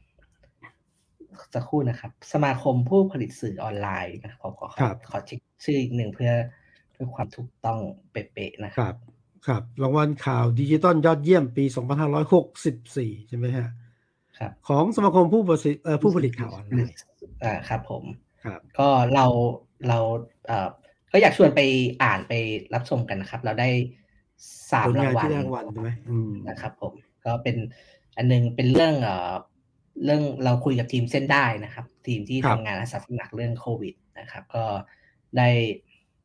A: สักครู่นะครับสมาคมผู้ผลิตสื่อออนไลน์นะขอขอขอเช็คชื่ออีกหนึ่งเพื่อเพื่อความถูกต้องเป๊ะๆนะครับ
B: ครับรางวัลข่าวดิจิตอลยอดเยี่ยมปีสองพันห้าร้อยหกสิบสี่ใช่ไหมฮะ
A: ครับ
B: ของสมาคมผู้ผลิตเอ่อผู้ผลิตข่าวออนไลน์
A: อ่าครับผม
B: ครับ
A: ก็เราเราเอ่อก็อยากชวนไปอ่านไปรับชมกันนะครับเราได้สามรางวัล
B: รางวัลใช่ไหม
A: นะครับผมก็เป็นอันนึงเป็นเรื่องเอ่อเรื่องเราคุยกับทีมเส้นได้นะครับทีมที่ทำงานอาสาสมัครเรื่องโควิดนะครับก็ได้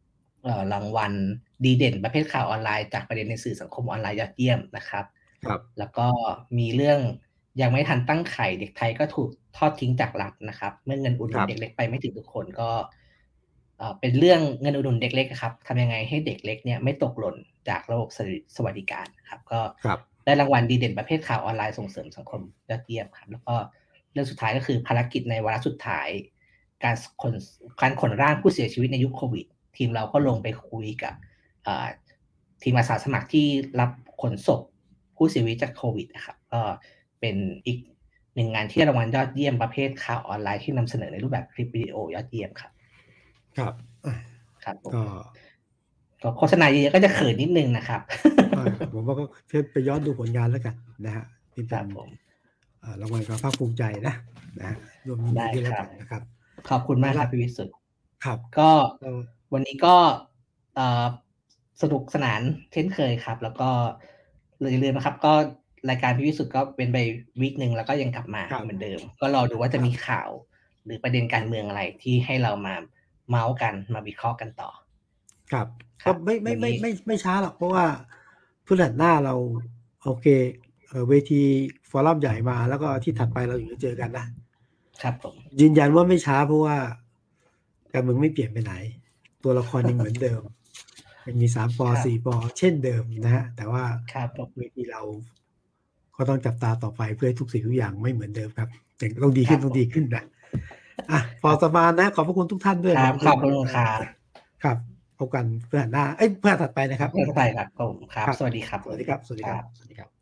A: เอ่อรางวัลดีเด่นประเภทข่าวออนไลน์จากประเด็นในสื่อสังคมออนไลน์ยอดเยี่ยมนะครับ
B: ครับ
A: แล้วก็มีเรื่องยังไม่ทันตั้งไข่เด็กไทยก็ถูกทอดทิ้งจากรัฐนะครับเมื่อเงินอุดหนุนเด็กเล็กไปไม่ถึงทุกคนก็เอ่อเป็นเรื่องเงินอุดหนุนเด็กเล็กครับทำยังไงให้เด็กเล็กเนี่ยไม่ตกหล่นจากระบบสวัสดิการครับก็ได้รางวัลดีเด่นประเภทข่าวออนไลน์ส่งเสริมสังคมยอดเยี่ยมครับแล้วก็เรื่องสุดท้ายก็คือภารกิจในวาระสุดท้ายการขนการขนร่างผู้เสียชีวิตในยุคโควิดทีมเราก็ลงไปคุยกับทีมอาสาสมัครที่รับขนศพผู้เสียชีวิตจากโควิดนะครับก็เป็นอีกหนึ่งงานที่รางวัลยอดเยี่ยมประเภทข่าวออนไลน์ที่นำเสนอในรูปแบบคลิปวิดีโอยอดเยี่ยมครับ
B: ครับ
A: ครับก็ก็โฆษณาเยอะๆก็จะเขินนิดนึงนะครับ
B: ผมว่าก็เชิญไปย้อนดูผลงานแล้วกันนะฮะที่เป็นรางวัลความภาคภูมิใจนะนะรวมได้ที่แล้วกันนะครับ
A: ขอบคุณมากครับพี่วิสุทธิ์
B: ครับ
A: ก็วันนี้ก็สนุกสนานเช่นเคยครับแล้วก็อย่าลืมนะครับก็รายการพี่วิสุทธิ์ก็เป็นไปวีคนึงแล้วก็ยังกลับมาเหมือนเดิมก็รอดูว่าจะมีข่าวหรือประเด็นการเมืองอะไรที่ให้เรามาเมาส์กันมาวิเคราะห์กันต่อ
B: ครับก็ไม่ไม่ไม่ไม่ไม่ช้าหรอกเพราะว่าพฤหัสหน้าเราโอเคเวทีฟอรัมใหญ่มาแล้วก็ที่ถัดไปเราอยู่จะเจอกันนะครับผมยืนยันว่าไม่ช้าเพราะว่าการเมืองไม่เปลี่ยนไปไหนตัวละครยังเหมือนเดิมยังมีสามปอสี่ปอเช่นเดิมนะฮะแต่ว่าเวทีเราก็ต้องจับตาต่อไปเพื่อให้ทุกสิ่งทุกอย่างไม่เหมือนเดิมครับแต่ต้องดีขึ้นต้องดีขึ้นนะอ่ะฟอร์สมานนะขอบพระคุณทุกท่านด้วย
A: ครับขอบคุณครับ
B: ครับพบกันเพื่อนหน้าเอ้ยเพื่อนถัดไปนะครับ
A: เพื่อนถัดไปครับผมครับสวัสดีครับ
B: สวัสดีครับสวัสดีครับสวัสดีครับ